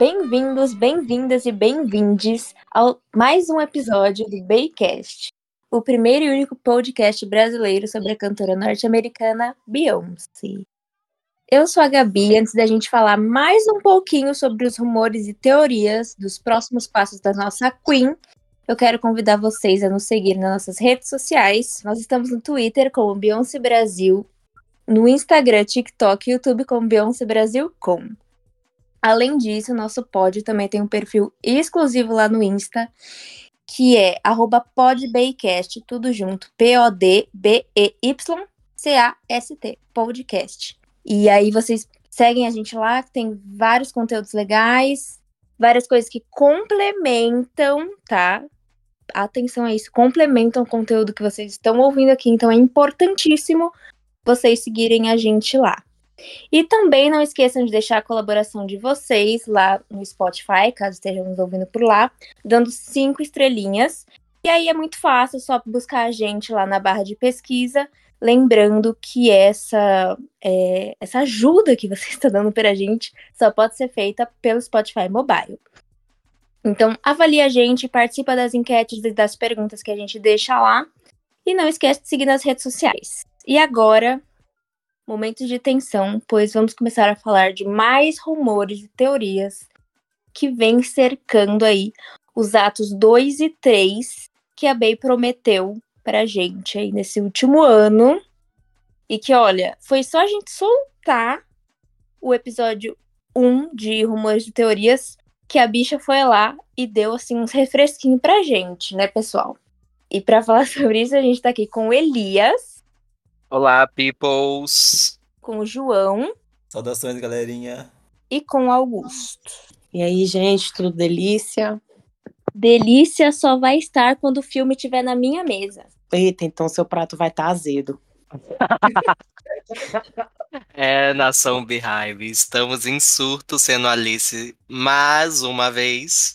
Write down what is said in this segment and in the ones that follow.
Bem-vindos, bem-vindas e bem-vindes a mais um episódio do Baycast, o primeiro e único podcast brasileiro sobre a cantora norte-americana Beyoncé. Eu sou a Gabi, antes da gente falar mais um pouquinho sobre os rumores e teorias dos próximos passos da nossa Queen, eu quero convidar vocês a nos seguir nas nossas redes sociais. Nós estamos no Twitter como Beyoncé Brasil, no Instagram, TikTok e YouTube como Beyoncé Brasil com. Além disso, nosso pod também tem um perfil exclusivo lá no Insta, que é @podbaycast, tudo junto, PODBEYCAST, podcast. E aí vocês seguem a gente lá, que tem vários conteúdos legais, várias coisas que complementam, tá? Atenção a isso, complementam o conteúdo que vocês estão ouvindo aqui, então é importantíssimo vocês seguirem a gente lá. E também não esqueçam de deixar a colaboração de vocês lá no Spotify, caso estejam nos ouvindo por lá, dando 5 estrelinhas. E aí é muito fácil, só buscar a gente lá na barra de pesquisa, lembrando que essa ajuda que você está dando para a gente só pode ser feita pelo Spotify Mobile. Então, avalie a gente, participa das enquetes e das perguntas que a gente deixa lá. E não esquece de seguir nas redes sociais. E agora, momentos de tensão, pois vamos começar a falar de mais rumores e teorias que vêm cercando aí os atos 2 e 3 que a Bey prometeu pra gente aí nesse último ano. E que, olha, foi só a gente soltar o episódio 1 de rumores e teorias que a bicha foi lá e deu, assim, uns refresquinhos pra gente, né, pessoal? E pra falar sobre isso, a gente tá aqui com o Elias. Olá, peoples! Com o João. Saudações, galerinha! E com o Augusto. E aí, gente, tudo delícia? Delícia só vai estar quando o filme estiver na minha mesa. Eita, então seu prato vai estar azedo. Nação Beehive, estamos em surto sendo Alice mais uma vez.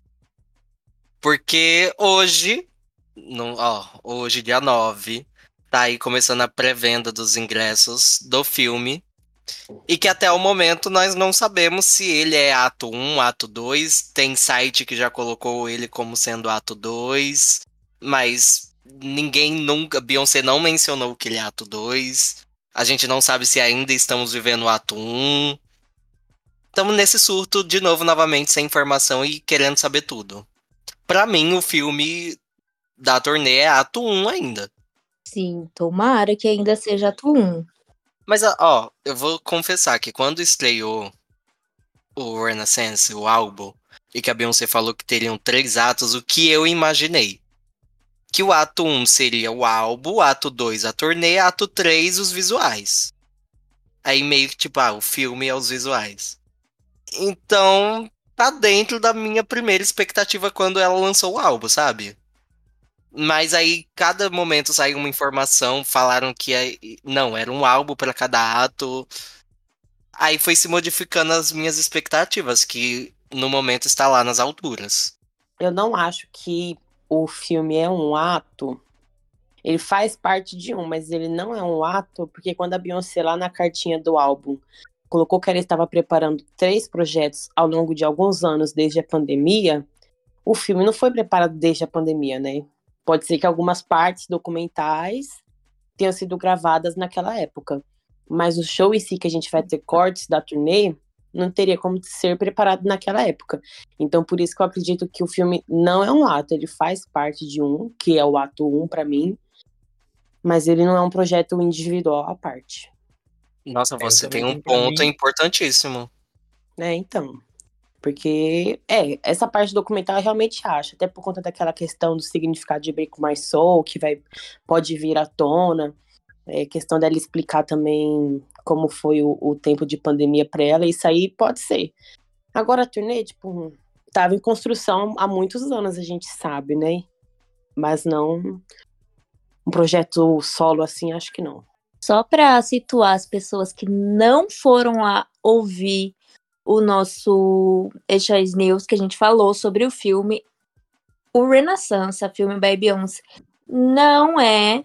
Porque hoje, hoje dia 9, tá aí começando a pré-venda dos ingressos do filme. E que até o momento nós não sabemos se ele é ato 1, ato 2. Tem site que já colocou ele como sendo ato 2. Mas ninguém nunca... Beyoncé não mencionou que ele é ato 2. A gente não sabe se ainda estamos vivendo o ato 1. Estamos nesse surto de novo, novamente, sem informação e querendo saber tudo. Pra mim, o filme da turnê é ato 1 ainda. Sim, tomara que ainda seja ato 1. Mas, eu vou confessar que quando estreou o Renaissance, o álbum, e que a Beyoncé falou que teriam 3 atos, o que eu imaginei? Que o ato 1 seria o álbum, ato 2 a turnê, ato 3 os visuais. Aí meio que tipo, o filme é os visuais. Então, tá dentro da minha primeira expectativa quando ela lançou o álbum, sabe? Mas aí, cada momento saiu uma informação, falaram que não, era um álbum para cada ato. Aí foi se modificando as minhas expectativas, que no momento está lá nas alturas. Eu não acho que o filme é um ato. Ele faz parte de um, mas ele não é um ato, porque quando a Beyoncé, lá na cartinha do álbum, colocou que ela estava preparando 3 projetos ao longo de alguns anos desde a pandemia, o filme não foi preparado desde a pandemia, né? Pode ser que algumas partes documentais tenham sido gravadas naquela época. Mas o show em si, que a gente vai ter cortes da turnê, não teria como ser preparado naquela época. Então, por isso que eu acredito que o filme não é um ato. Ele faz parte de um, que é o ato 1 pra mim, mas ele não é um projeto individual à parte. Nossa, você tem um ponto importantíssimo. Então... Porque, essa parte documental eu realmente acho, até por conta daquela questão do significado de Break My Soul, que pode vir à tona, questão dela explicar também como foi o tempo de pandemia para ela, isso aí pode ser. Agora a turnê, tava em construção há muitos anos, a gente sabe, né? Mas não um projeto solo assim, acho que não. Só para situar as pessoas que não foram lá ouvir o nosso Echais News, que a gente falou sobre o filme, o Renaissance, a filme by Beyoncé, não é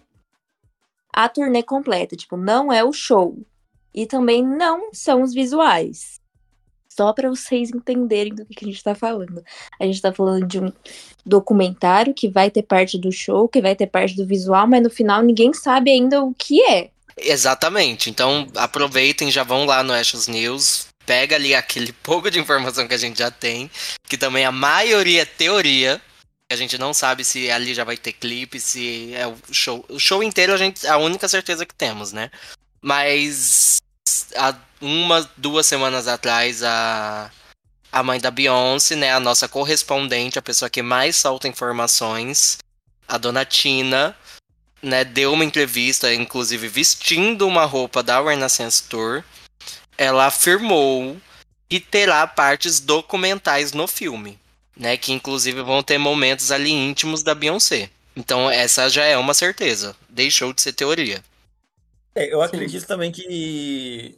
a turnê completa, não é o show. E também não são os visuais. Só para vocês entenderem do que a gente tá falando. A gente tá falando de um documentário que vai ter parte do show, que vai ter parte do visual, mas no final ninguém sabe ainda o que é. Exatamente. Então aproveitem, já vão lá no Ashes News, pega ali aquele pouco de informação que a gente já tem, que também a maioria é teoria. A gente não sabe se ali já vai ter clipe, se é o show. O show inteiro a única certeza que temos, né? Mas há 2 semanas atrás a mãe da Beyoncé, né, a nossa correspondente, a pessoa que mais solta informações, a dona Tina, né, deu uma entrevista, inclusive vestindo uma roupa da Renaissance Tour. Ela afirmou que terá partes documentais no filme, né, que inclusive vão ter momentos ali íntimos da Beyoncé. Então essa já é uma certeza. Deixou de ser teoria. Eu Sim. acredito também que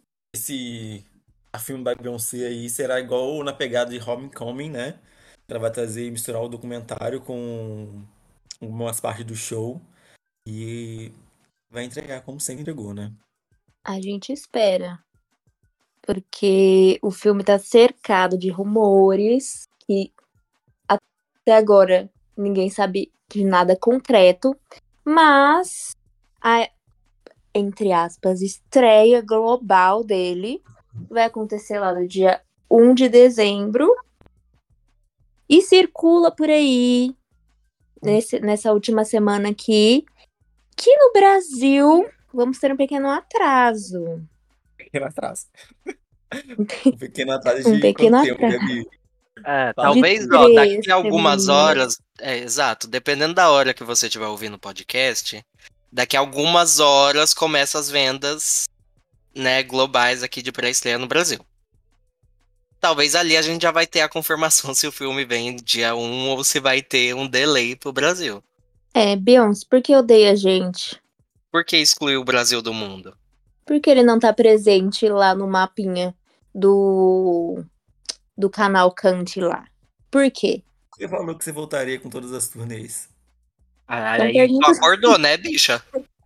a filme da Beyoncé aí será igual na pegada de Homecoming, né? Ela vai trazer e misturar o documentário com algumas partes do show e vai entregar como sempre entregou, né? A gente espera. Porque o filme tá cercado de rumores que até agora ninguém sabe de nada concreto. Mas a, entre aspas, estreia global dele vai acontecer lá no dia 1 de dezembro. E circula por aí, nessa última semana aqui, que no Brasil vamos ter um pequeno atraso. Pequeno atraso. Um pequeno atraso Um de pequeno quanto tempo, atraso. Gabi? Fala De um Talvez, pouco. ó, daqui a 3 algumas semanas. horas, exato, dependendo da hora que você estiver ouvindo o podcast, daqui a algumas horas começam as vendas, né, globais aqui de pré-estreia no Brasil. Talvez ali a gente já vai ter a confirmação se o filme vem dia 1 ou se vai ter um delay pro Brasil. Beyoncé, por que odeia a gente? Por que excluiu o Brasil do mundo? Por que ele não tá presente lá no mapinha do canal Cante lá? Por quê? Você falou que você voltaria com todas as turnês. São Aí tu perguntas, acordou, né, bicha?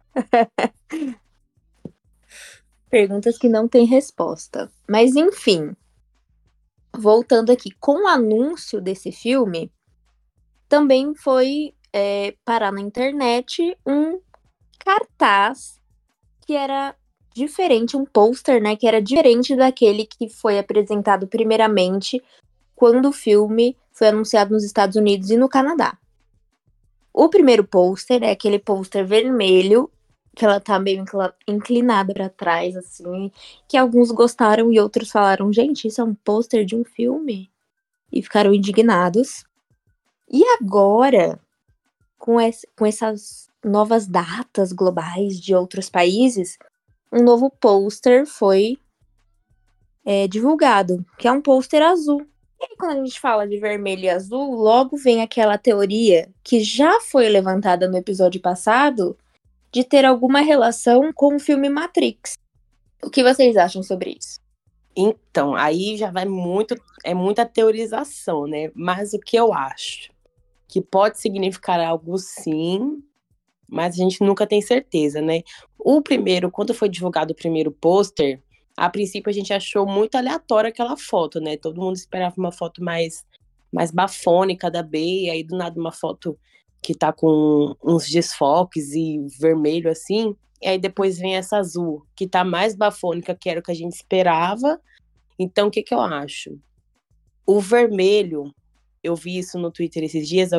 perguntas que não têm resposta. Mas enfim, voltando aqui, com o anúncio desse filme, também foi parar na internet um cartaz que era diferente, um pôster, né, que era diferente daquele que foi apresentado primeiramente quando o filme foi anunciado nos Estados Unidos e no Canadá. O primeiro pôster é aquele pôster vermelho, que ela tá meio inclinada para trás, assim, que alguns gostaram e outros falaram, gente, isso é um pôster de um filme? E ficaram indignados. E agora, com essas novas datas globais de outros países, um novo pôster foi divulgado, que é um pôster azul. E aí, quando a gente fala de vermelho e azul, logo vem aquela teoria que já foi levantada no episódio passado de ter alguma relação com o filme Matrix. O que vocês acham sobre isso? Então, aí já vai muita teorização, né? Mas o que eu acho? Que pode significar algo sim, mas a gente nunca tem certeza, né? Quando foi divulgado o primeiro pôster, a princípio a gente achou muito aleatória aquela foto, né? Todo mundo esperava uma foto mais bafônica da B, e aí do nada uma foto que tá com uns desfoques e vermelho assim, e aí depois vem essa azul, que tá mais bafônica, que era o que a gente esperava. Então, o que eu acho? O vermelho, eu vi isso no Twitter esses dias,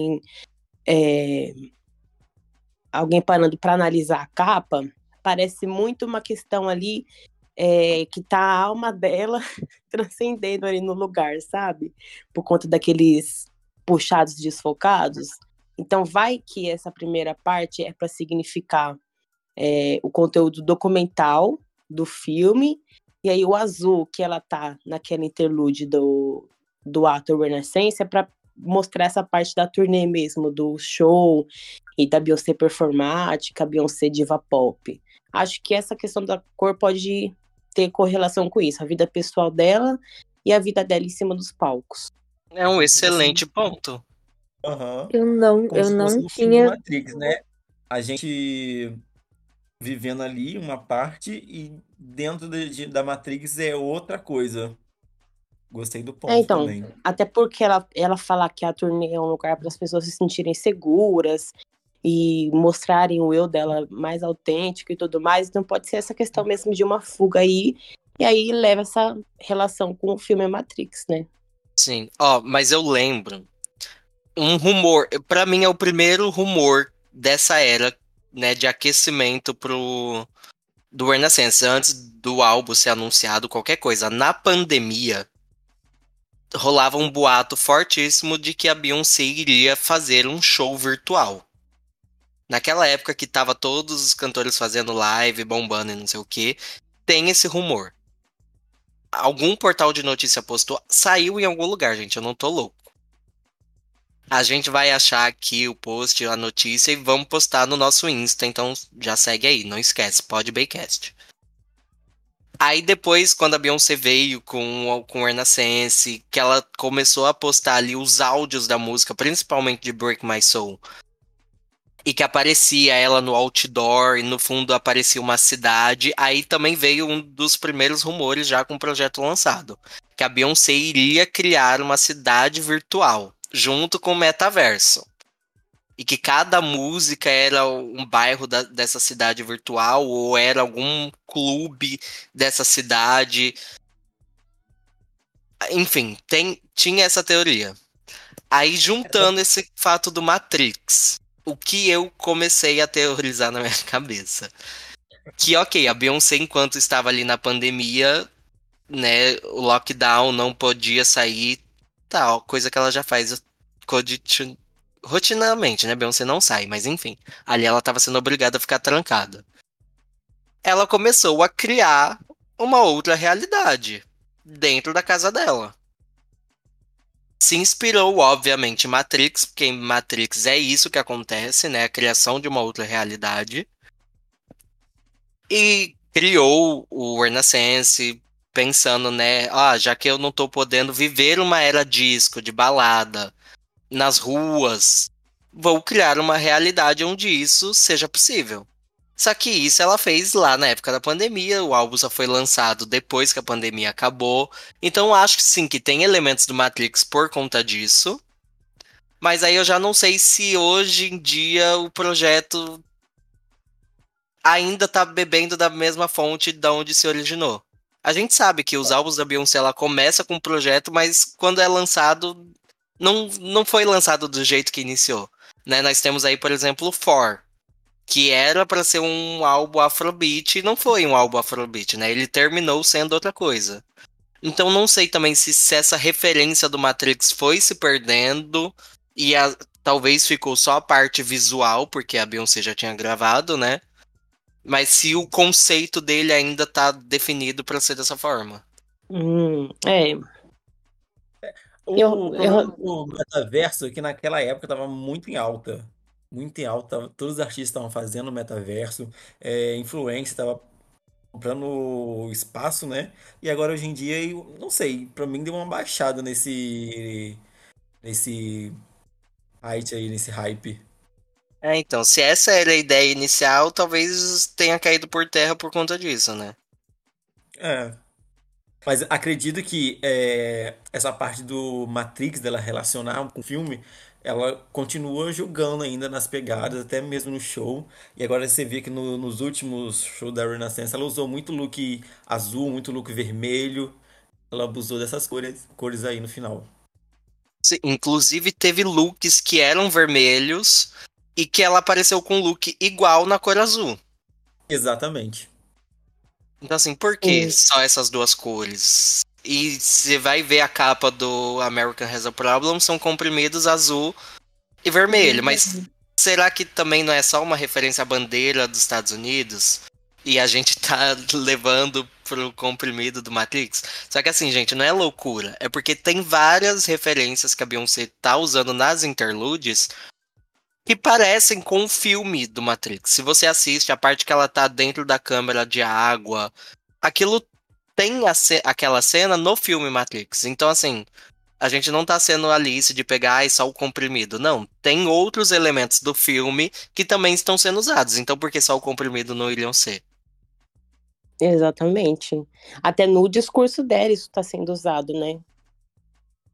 alguém parando para analisar a capa, parece muito uma questão ali que tá a alma dela transcendendo ali no lugar, sabe? Por conta daqueles puxados desfocados. Então, vai que essa primeira parte é para significar o conteúdo documental do filme, e aí o azul, que ela tá naquela interlude do ato Renaissance, é para mostrar essa parte da turnê mesmo, do show e da Beyoncé performática, Beyoncé diva pop. Acho que essa questão da cor pode ter correlação com isso, a vida pessoal dela e a vida dela em cima dos palcos. É um excelente ponto. Aham. Como Eu se fosse não no filme do tinha. Matrix, né? A gente vivendo ali uma parte e dentro da Matrix é outra coisa. Gostei do É, ponto então, também. até porque ela fala que a turnê é um lugar para as pessoas se sentirem seguras e mostrarem o eu dela mais autêntico e tudo mais, então pode ser essa questão mesmo de uma fuga aí, e aí leva essa relação com o filme Matrix, né? Sim. Ó, mas eu lembro um rumor, pra mim é o primeiro rumor dessa era, né, de aquecimento do Renaissance, antes do álbum ser anunciado, qualquer coisa. Na pandemia, rolava um boato fortíssimo de que a Beyoncé iria fazer um show virtual. Naquela época que tava todos os cantores fazendo live, bombando e não sei o que, tem esse rumor. Algum portal de notícia postou, saiu em algum lugar, gente, eu não tô louco. A gente vai achar aqui o post, a notícia e vamos postar no nosso Insta, então já segue aí, não esquece, Podbaycast. Aí depois, quando a Beyoncé veio com o Renaissance, que ela começou a postar ali os áudios da música, principalmente de Break My Soul, e que aparecia ela no outdoor e no fundo aparecia uma cidade, aí também veio um dos primeiros rumores já com o projeto lançado, que a Beyoncé iria criar uma cidade virtual, junto com o metaverso. E que cada música era um bairro dessa cidade virtual, ou era algum clube dessa cidade. Enfim, tinha essa teoria. Aí, juntando esse fato do Matrix, o que eu comecei a teorizar na minha cabeça? Que, ok, a Beyoncé, enquanto estava ali na pandemia, né, o lockdown, não podia sair, tal, coisa que ela já faz rotineiramente, né? Beyoncé não sai, mas enfim. Ali ela estava sendo obrigada a ficar trancada. Ela começou a criar uma outra realidade dentro da casa dela. Se inspirou, obviamente, em Matrix, porque em Matrix é isso que acontece, né? A criação de uma outra realidade. E criou o Renaissance, pensando, né? Ah, já que eu não tô podendo viver uma era disco, de balada, nas ruas, vou criar uma realidade onde isso seja possível. Só que isso ela fez lá na época da pandemia, o álbum só foi lançado depois que a pandemia acabou. Então acho que sim, que tem elementos do Matrix por conta disso. Mas aí eu já não sei se hoje em dia o projeto ainda tá bebendo da mesma fonte da onde se originou. A gente sabe que os álbuns da Beyoncé ela começa com um projeto, mas quando é lançado, não foi lançado do jeito que iniciou. Né? Nós temos aí, por exemplo, o For, que era pra ser um álbum Afrobeat e não foi um álbum Afrobeat, né? Ele terminou sendo outra coisa. Então não sei também se essa referência do Matrix foi se perdendo e talvez ficou só a parte visual, porque a Beyoncé já tinha gravado, né? Mas se o conceito dele ainda tá definido pra ser dessa forma. É. O problema do metaverso é que naquela época estava muito em alta. Muito em alta. Todos os artistas estavam fazendo metaverso. Influência estava comprando espaço, né? E agora hoje em dia, eu não sei, pra mim deu uma baixada nesse hype aí, nesse hype. É, então, se essa era a ideia inicial, talvez tenha caído por terra por conta disso, né? É. Mas acredito que essa parte do Matrix, dela relacionar com o filme, ela continua jogando ainda nas pegadas, até mesmo no show. E agora você vê que nos últimos shows da Renaissance, ela usou muito look azul, muito look vermelho. Ela abusou dessas cores aí no final. Inclusive, teve looks que eram vermelhos e que ela apareceu com um look igual na cor azul. Exatamente. Então, assim, por que Sim. só essas duas cores? E você vai ver a capa do American Has a Problem, são comprimidos azul e vermelho. Mas será que também não é só uma referência à bandeira dos Estados Unidos? E a gente tá levando pro comprimido do Matrix? Só que assim, gente, não é loucura. É porque tem várias referências que a Beyoncé tá usando nas interludes que parecem com o filme do Matrix. Se você assiste a parte que ela tá dentro da câmara de água, aquilo tem aquela cena no filme Matrix. Então, assim, a gente não tá sendo Alice de pegar só o comprimido. Não, tem outros elementos do filme que também estão sendo usados. Então, por que só o comprimido não iriam ser? Exatamente. Até no discurso dela isso está sendo usado, né?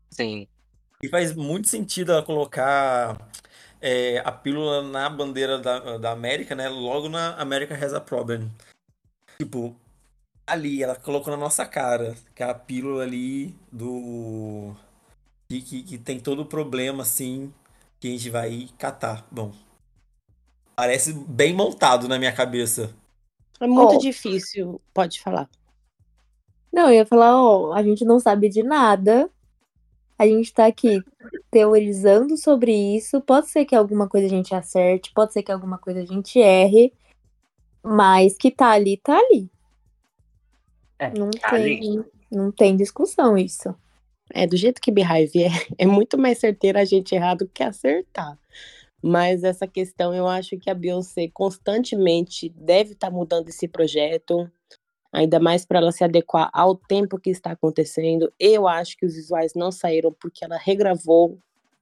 Sim. E faz muito sentido ela colocar a pílula na bandeira da América, né? Logo na America Has a Problem. Tipo, ali, ela colocou na nossa cara, que é a pílula ali do. Que tem todo o problema, assim, que a gente vai catar. Bom, parece bem montado na minha cabeça. É muito Ó, difícil, pode falar. não, eu ia falar, ó, a gente não sabe de nada. A gente tá aqui teorizando sobre isso. Pode ser que alguma coisa a gente acerte, pode ser que alguma coisa a gente erre, mas que tá ali, tá ali. É, Não tá ali. tem, não tem discussão isso. Do jeito que Beehive é muito mais certeiro a gente errar do que acertar. Mas essa questão, eu acho que a Beyoncé constantemente deve estar mudando esse projeto, ainda mais para ela se adequar ao tempo que está acontecendo. Eu acho que os visuais não saíram porque ela regravou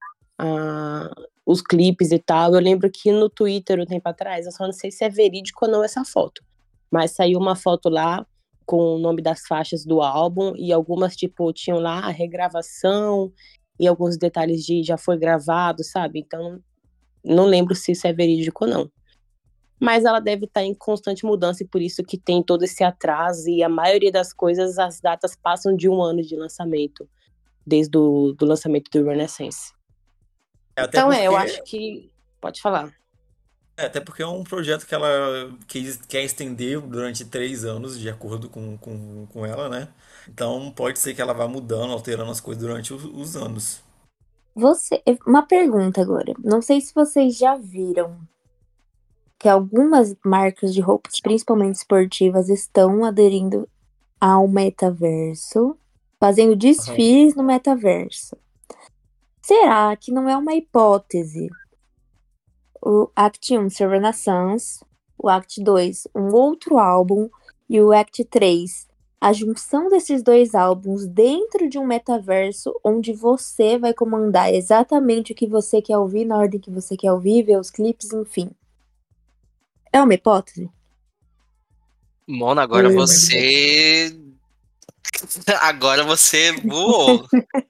os clipes e tal. Eu lembro que no Twitter, um tempo atrás, eu só não sei se é verídico ou não essa foto, mas saiu uma foto lá com o nome das faixas do álbum e algumas, tipo, tinham lá a regravação e alguns detalhes de já foi gravado, sabe? Então, não lembro se isso é verídico ou não. Mas ela deve estar em constante mudança e por isso que tem todo esse atraso e a maioria das coisas, as datas passam de um ano de lançamento, desde o do lançamento do Renaissance. Até Então, eu porque acho que... Pode falar. Até porque é um projeto que ela quer estender durante 3 anos, de acordo com ela, né? Então pode ser que ela vá mudando, alterando as coisas durante os anos. Uma pergunta agora. Não sei se vocês já viram que algumas marcas de roupas, principalmente esportivas, estão aderindo ao metaverso, fazendo Aham. desfiles no metaverso. Será que não é uma hipótese o Act 1 ser Renaissance, o Act 2 um outro álbum e o Act 3 a junção desses dois álbuns dentro de um metaverso onde você vai comandar exatamente o que você quer ouvir na ordem que você quer ouvir, ver os clipes, enfim. É uma hipótese? Mona, agora Pode Hum. ser uma hipótese. você. Agora você voou.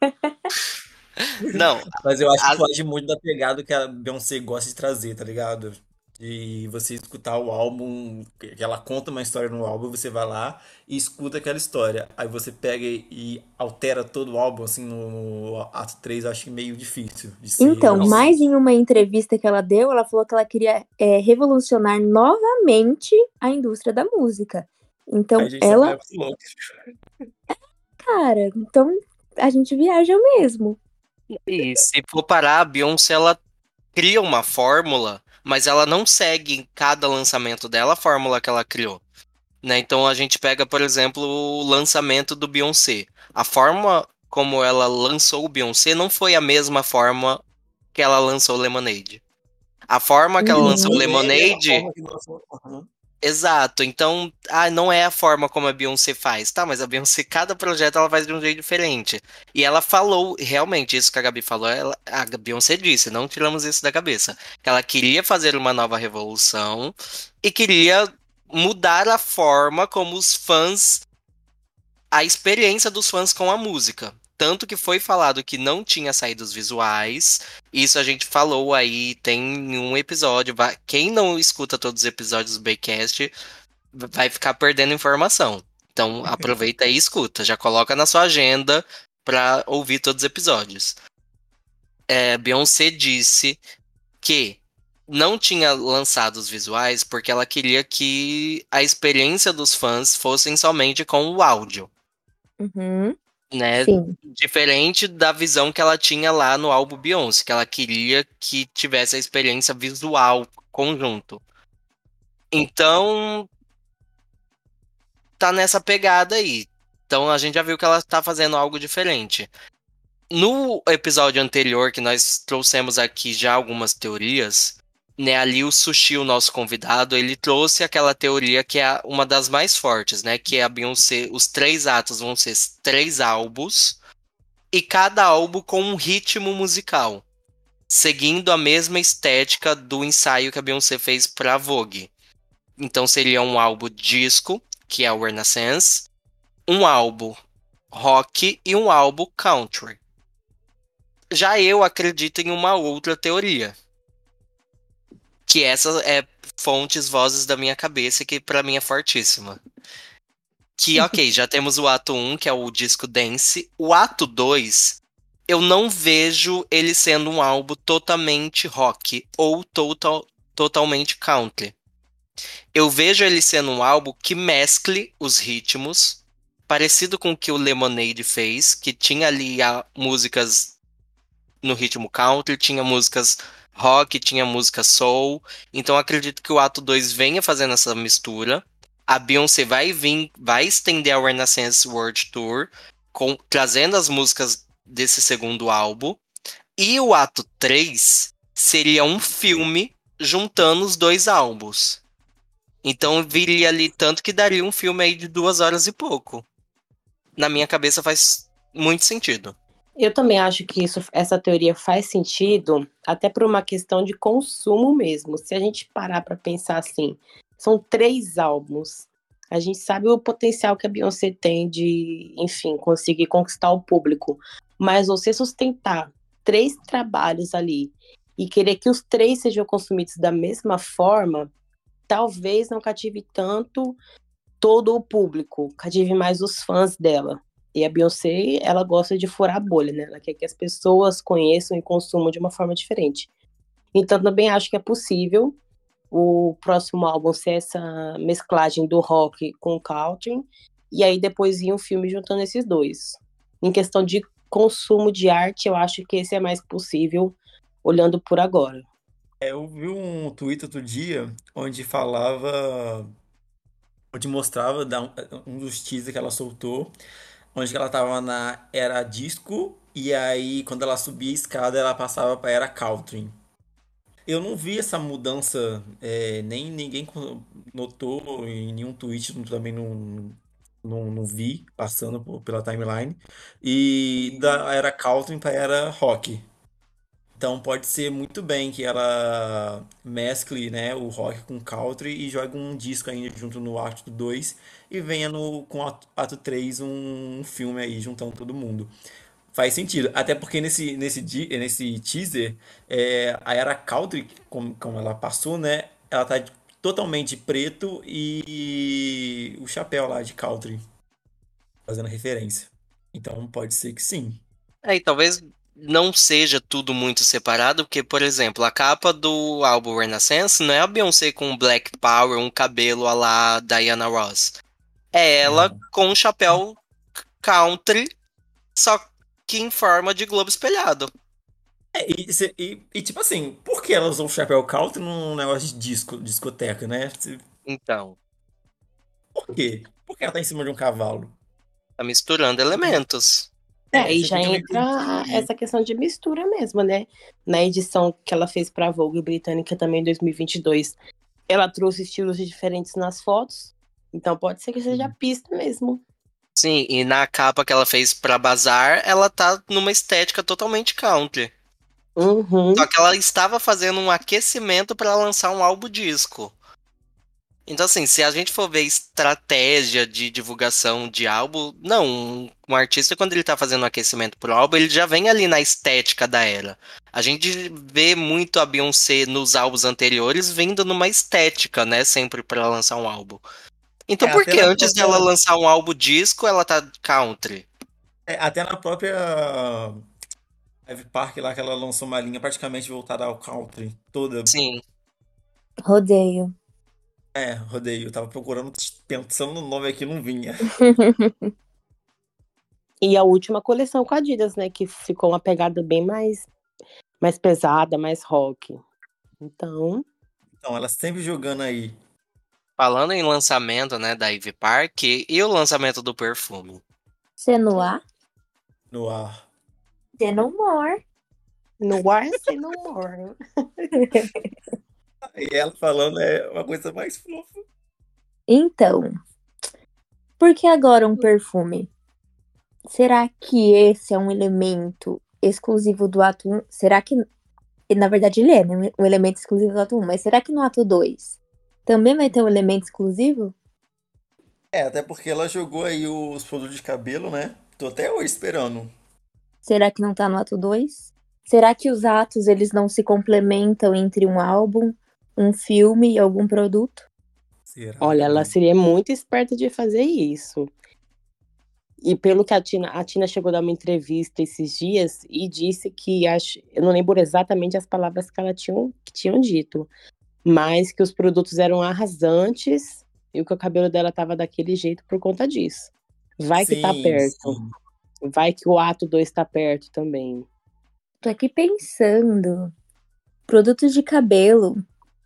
Não, Mas eu acho que a- foge muito da pegada que a Beyoncé gosta de trazer, tá ligado? De você escutar o álbum, que ela conta uma história no álbum, você vai lá e escuta aquela história. Aí você pega e altera todo o álbum, assim, no ato 3 eu acho meio difícil de Então, ser não. assim. mais em uma entrevista que ela deu, ela falou que ela queria revolucionar novamente a indústria da música. Aí Então, a gente sabe que ela, ela é louca. cara, então a gente viaja mesmo. E se for parar, a Beyoncé, ela cria uma fórmula, mas ela não segue em cada lançamento dela a fórmula que ela criou, né? Então a gente pega, por exemplo, o lançamento do Beyoncé. A forma como ela lançou o Beyoncé não foi a mesma forma que ela lançou o Lemonade. A forma que ela E lançou o Uhum. nem é a mesma Lemonade. forma que lançou. Aham. Exato, então, não é a forma como a Beyoncé faz, tá? Mas a Beyoncé, cada projeto ela faz de um jeito diferente. E ela falou, realmente, isso que a Gabi falou, a Beyoncé disse, não tiramos isso da cabeça, que ela queria fazer uma nova revolução e queria mudar a forma como os fãs, a experiência dos fãs com a música. Tanto que foi falado que não tinha saído os visuais. Isso a gente falou aí, tem um episódio. Quem não escuta todos os episódios do Baycast vai ficar perdendo informação. Então aproveita e escuta. Já coloca na sua agenda pra ouvir todos os episódios. Beyoncé disse que não tinha lançado os visuais porque ela queria que a experiência dos fãs fossem somente com o áudio, Uhum. né? Sim. Diferente da visão que ela tinha lá no álbum Beyoncé, que ela queria que tivesse a experiência visual conjunto. Então, tá nessa pegada aí. Então, a gente já viu que ela tá fazendo algo diferente. No episódio anterior, que nós trouxemos aqui já algumas teorias, né? Ali o Sushi, o nosso convidado, ele trouxe aquela teoria que é uma das mais fortes, né? Que é a Beyoncé, os 3 atos vão ser 3 álbuns e cada álbum com um ritmo musical, seguindo a mesma estética do ensaio que a Beyoncé fez para Vogue. Então seria um álbum disco, que é o Renaissance, um álbum rock e um álbum country. Já eu acredito em uma outra teoria. Que essa é fontes, vozes da minha cabeça, que pra mim é fortíssima. Que, ok, já temos o ato um que é o disco dance. O ato 2 eu não vejo ele sendo um álbum totalmente rock ou totalmente country. Eu vejo ele sendo um álbum que mescle os ritmos, parecido com o que o Lemonade fez, que tinha ali músicas no ritmo country, tinha músicas rock, tinha música soul. Então acredito que o ato 2 venha fazendo essa mistura. A Beyoncé vai vir, vai estender a Renaissance World Tour, trazendo as músicas desse segundo álbum. E o ato 3 seria um filme juntando os dois álbuns. Então viria ali tanto que daria um filme aí de 2 horas e pouco. Na minha cabeça faz muito sentido. Eu também acho que essa teoria faz sentido, até por uma questão de consumo mesmo. Se a gente parar para pensar assim, são 3 álbuns. A gente sabe o potencial que a Beyoncé tem de, enfim, conseguir conquistar o público. Mas você sustentar 3 trabalhos ali e querer que os 3 sejam consumidos da mesma forma, talvez não cative tanto todo o público, cative mais os fãs dela. E a Beyoncé, ela gosta de furar a bolha, né? Ela quer que as pessoas conheçam e consumam de uma forma diferente. Então, também acho que é possível o próximo álbum ser essa mesclagem do rock com o country, e aí depois vir um filme juntando esses dois. Em questão de consumo de arte, eu acho que esse é mais possível, olhando por agora. Eu vi um tweet outro dia onde mostrava um dos teasers que ela soltou, onde que ela tava na era disco, e aí quando ela subia a escada ela passava pra era country. Eu não vi essa mudança, nem ninguém notou em nenhum tweet, também não vi passando pela timeline. E da era country pra era rock. Então pode ser muito bem que ela mescle, né, o rock com country e jogue um disco ainda junto no ato 2 e venha com o ato 3 um filme aí juntando todo mundo. Faz sentido, até porque nesse teaser, a era country, como ela passou, né, ela tá totalmente preto e o chapéu lá de country, fazendo referência. Então pode ser que sim. E talvez não seja tudo muito separado, porque, por exemplo, a capa do álbum Renaissance não é a Beyoncé com Black Power, um cabelo à la Diana Ross. É ela Não. com um chapéu country, só que em forma de globo espelhado. Tipo assim, por que ela usou o chapéu country num negócio de discoteca, né? Então, Por quê? Porque ela tá em cima de um cavalo. tá misturando elementos. E Você já podia entra meter de... essa questão de mistura mesmo, né? Na edição que ela fez para a Vogue Britânica também em 2022, ela trouxe estilos diferentes nas fotos, então pode ser que seja a pista mesmo. Sim, e na capa que ela fez pra Bazar, ela tá numa estética totalmente country. Só Uhum. que ela estava fazendo um aquecimento para lançar um álbum disco. Então, assim, se a gente for ver estratégia de divulgação de álbum, não, um artista, quando ele tá fazendo um aquecimento pro álbum, ele já vem ali na estética da era. A gente vê muito a Beyoncé nos álbuns anteriores vindo numa estética, né, sempre para lançar um álbum. Então, por Até que na antes dela própria... lançar um álbum disco, ela tá country? Até na própria Ivy Park lá que ela lançou uma linha praticamente voltada ao country. Toda. Sim. Rodeio. Rodeio. Eu tava procurando, pensando no nome aqui, não vinha. E a última coleção com a Adidas, né? Que ficou uma pegada bem mais pesada, mais rock. Então, Então, ela sempre jogando aí Falando em lançamento, né, da Ivy Park e o lançamento do perfume. Senua. no ar. Say no more. no ar, say no more. E ela falando é uma coisa mais fofa. Então, por que agora um perfume? Será que esse é um elemento exclusivo do ato 1? Será que, na verdade, ele é, né, um elemento exclusivo do ato 1, mas será que no ato 2 também vai ter um elemento exclusivo? Até porque ela jogou aí os produtos de cabelo, né? Tô até hoje esperando. Será que não tá no ato 2? Será que os atos eles não se complementam entre um álbum, um filme e algum produto? Será, Olha, ela cara? seria muito esperta de fazer isso. E pelo que a Tina chegou a dar uma entrevista esses dias e disse que, eu não lembro exatamente as palavras que tinham dito, mas que os produtos eram arrasantes e que o cabelo dela tava daquele jeito por conta disso. Vai que tá Sim, perto. sim. Vai que o ato 2 tá perto também. Tô aqui pensando. Produtos de cabelo,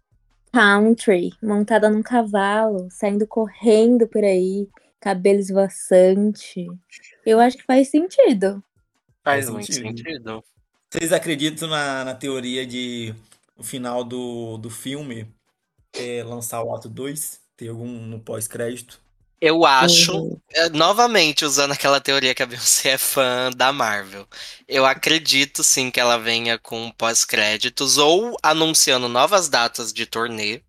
country, montada num cavalo, saindo correndo por aí, cabelo esvoaçante. Eu acho que faz sentido. Faz Faz muito sentido. sentido. Vocês acreditam na teoria de o final do filme lançar o ato 2? Ter algum no pós-crédito? Eu acho, Uhum. novamente usando aquela teoria que a Beyoncé é fã da Marvel, eu acredito sim que ela venha com pós-créditos ou anunciando novas datas de turnê,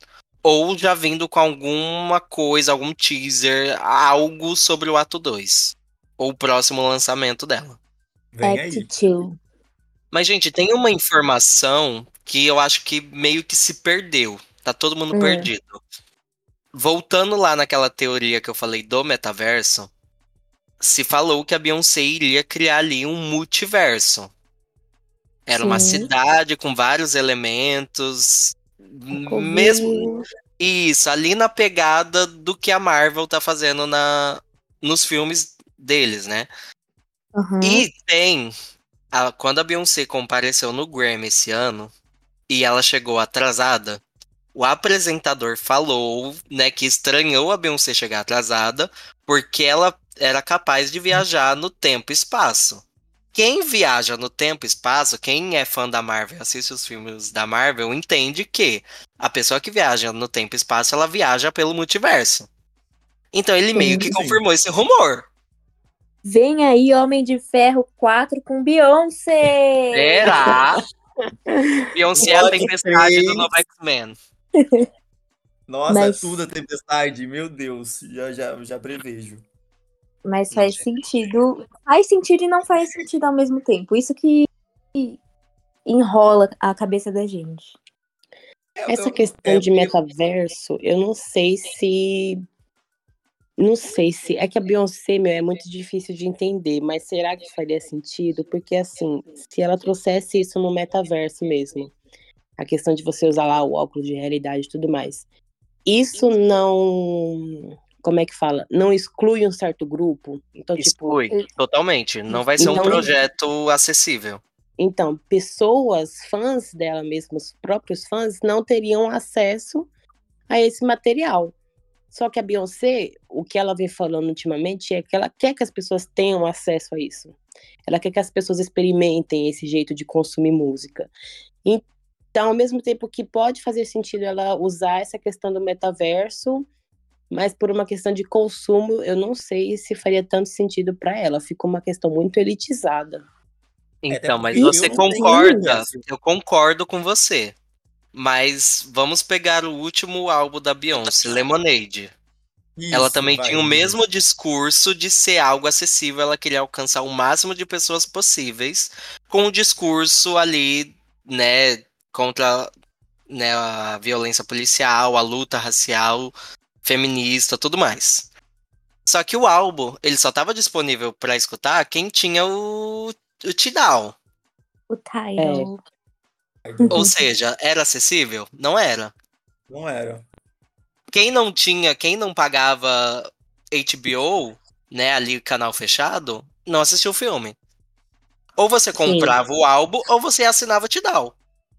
ou já vindo com alguma coisa, algum teaser, algo sobre o ato 2 ou o próximo lançamento dela. Vem Act aí. 2. Mas, gente, tem uma informação que eu acho que meio que se perdeu. Tá todo mundo Hum, perdido. Voltando lá naquela teoria que eu falei do metaverso, se falou que a Beyoncé iria criar ali um multiverso. Era uma sim, cidade com vários elementos. nunca ouvi. Mesmo isso, ali na pegada do que a Marvel tá fazendo nos filmes deles, né? Aham. E tem, quando a Beyoncé compareceu no Grammy esse ano, e ela chegou atrasada, o apresentador falou, né, que estranhou a Beyoncé chegar atrasada, porque ela era capaz de viajar no tempo e espaço. Quem viaja no tempo e espaço, quem é fã da Marvel, assiste os filmes da Marvel, entende que a pessoa que viaja no tempo e espaço, ela viaja pelo multiverso. Então ele meio que Sim. Sim. confirmou esse rumor. Vem aí Homem de Ferro 4 com Beyoncé! Será? Beyoncé é a Plot tempestade do novo 3. X-Men. Nossa, é tudo Mas, a tempestade. Meu Deus, já prevejo. mas Não, faz gente. sentido. Faz sentido e não faz sentido ao mesmo tempo. Isso que enrola a cabeça da gente. Essa questão de Porque metaverso, eu não sei se. Não sei se. É que a Beyoncé, meu, é muito difícil de entender, mas será que faria sentido? Porque, assim, se ela trouxesse isso no metaverso mesmo, a questão de você usar lá o óculos de realidade e tudo mais, isso não. Como é que fala? Não exclui um certo grupo. Então, tipo, Exclui totalmente. Não vai ser um então, projeto acessível. então pessoas, fãs dela mesma, os próprios fãs, não teriam acesso a esse material. Só que a Beyoncé, o que ela vem falando ultimamente é que ela quer que as pessoas tenham acesso a isso. Ela quer que as pessoas experimentem esse jeito de consumir música. Então, ao mesmo tempo que pode fazer sentido ela usar essa questão do metaverso, mas por uma questão de consumo, eu não sei se faria tanto sentido para ela. Ficou uma questão muito elitizada. até Então, mas porque E você eu não tenho sim, concorda? metaverso. Eu concordo com você. Mas vamos pegar o último álbum da Beyoncé, Lemonade. Ela Isso, também tinha vai, o diga. mesmo discurso de ser algo acessível, ela queria alcançar o máximo de pessoas possíveis, com o discurso ali, né, contra, né, a violência policial, a luta racial, feminista, tudo mais. Só que o álbum, ele só estava disponível para escutar quem tinha o Tidal. o É, title. Ou seja, era acessível? Não era. Não era. Quem não tinha, quem não pagava HBO, né, ali canal fechado, não assistiu o filme. Ou você sim. comprava o álbum, ou você assinava o Tidal.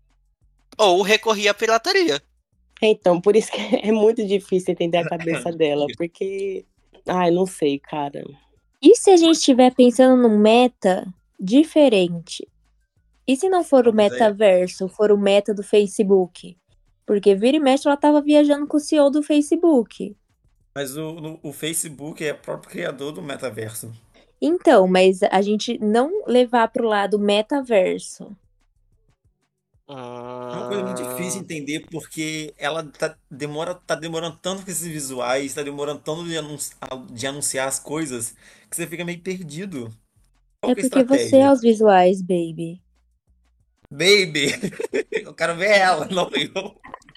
Ou recorria à pirataria. Então, por isso que é muito difícil entender a cabeça dela, porque. Ai, não sei, cara. E se a gente estiver pensando num meta diferente? E se não for o Não, mas aí, metaverso, for o meta do Facebook? Porque vira e mexe ela tava viajando com o CEO do Facebook. mas o Facebook é o próprio criador do metaverso. Então, mas a gente não levar pro lado metaverso. É uma coisa muito difícil de Hum, entender porque ela tá demorando tanto com esses visuais, tá demorando tanto de anunciar as coisas, que você fica meio perdido. Qual É que é a porque você é estratégia? os visuais, baby. Baby, eu quero ver ela, não eu.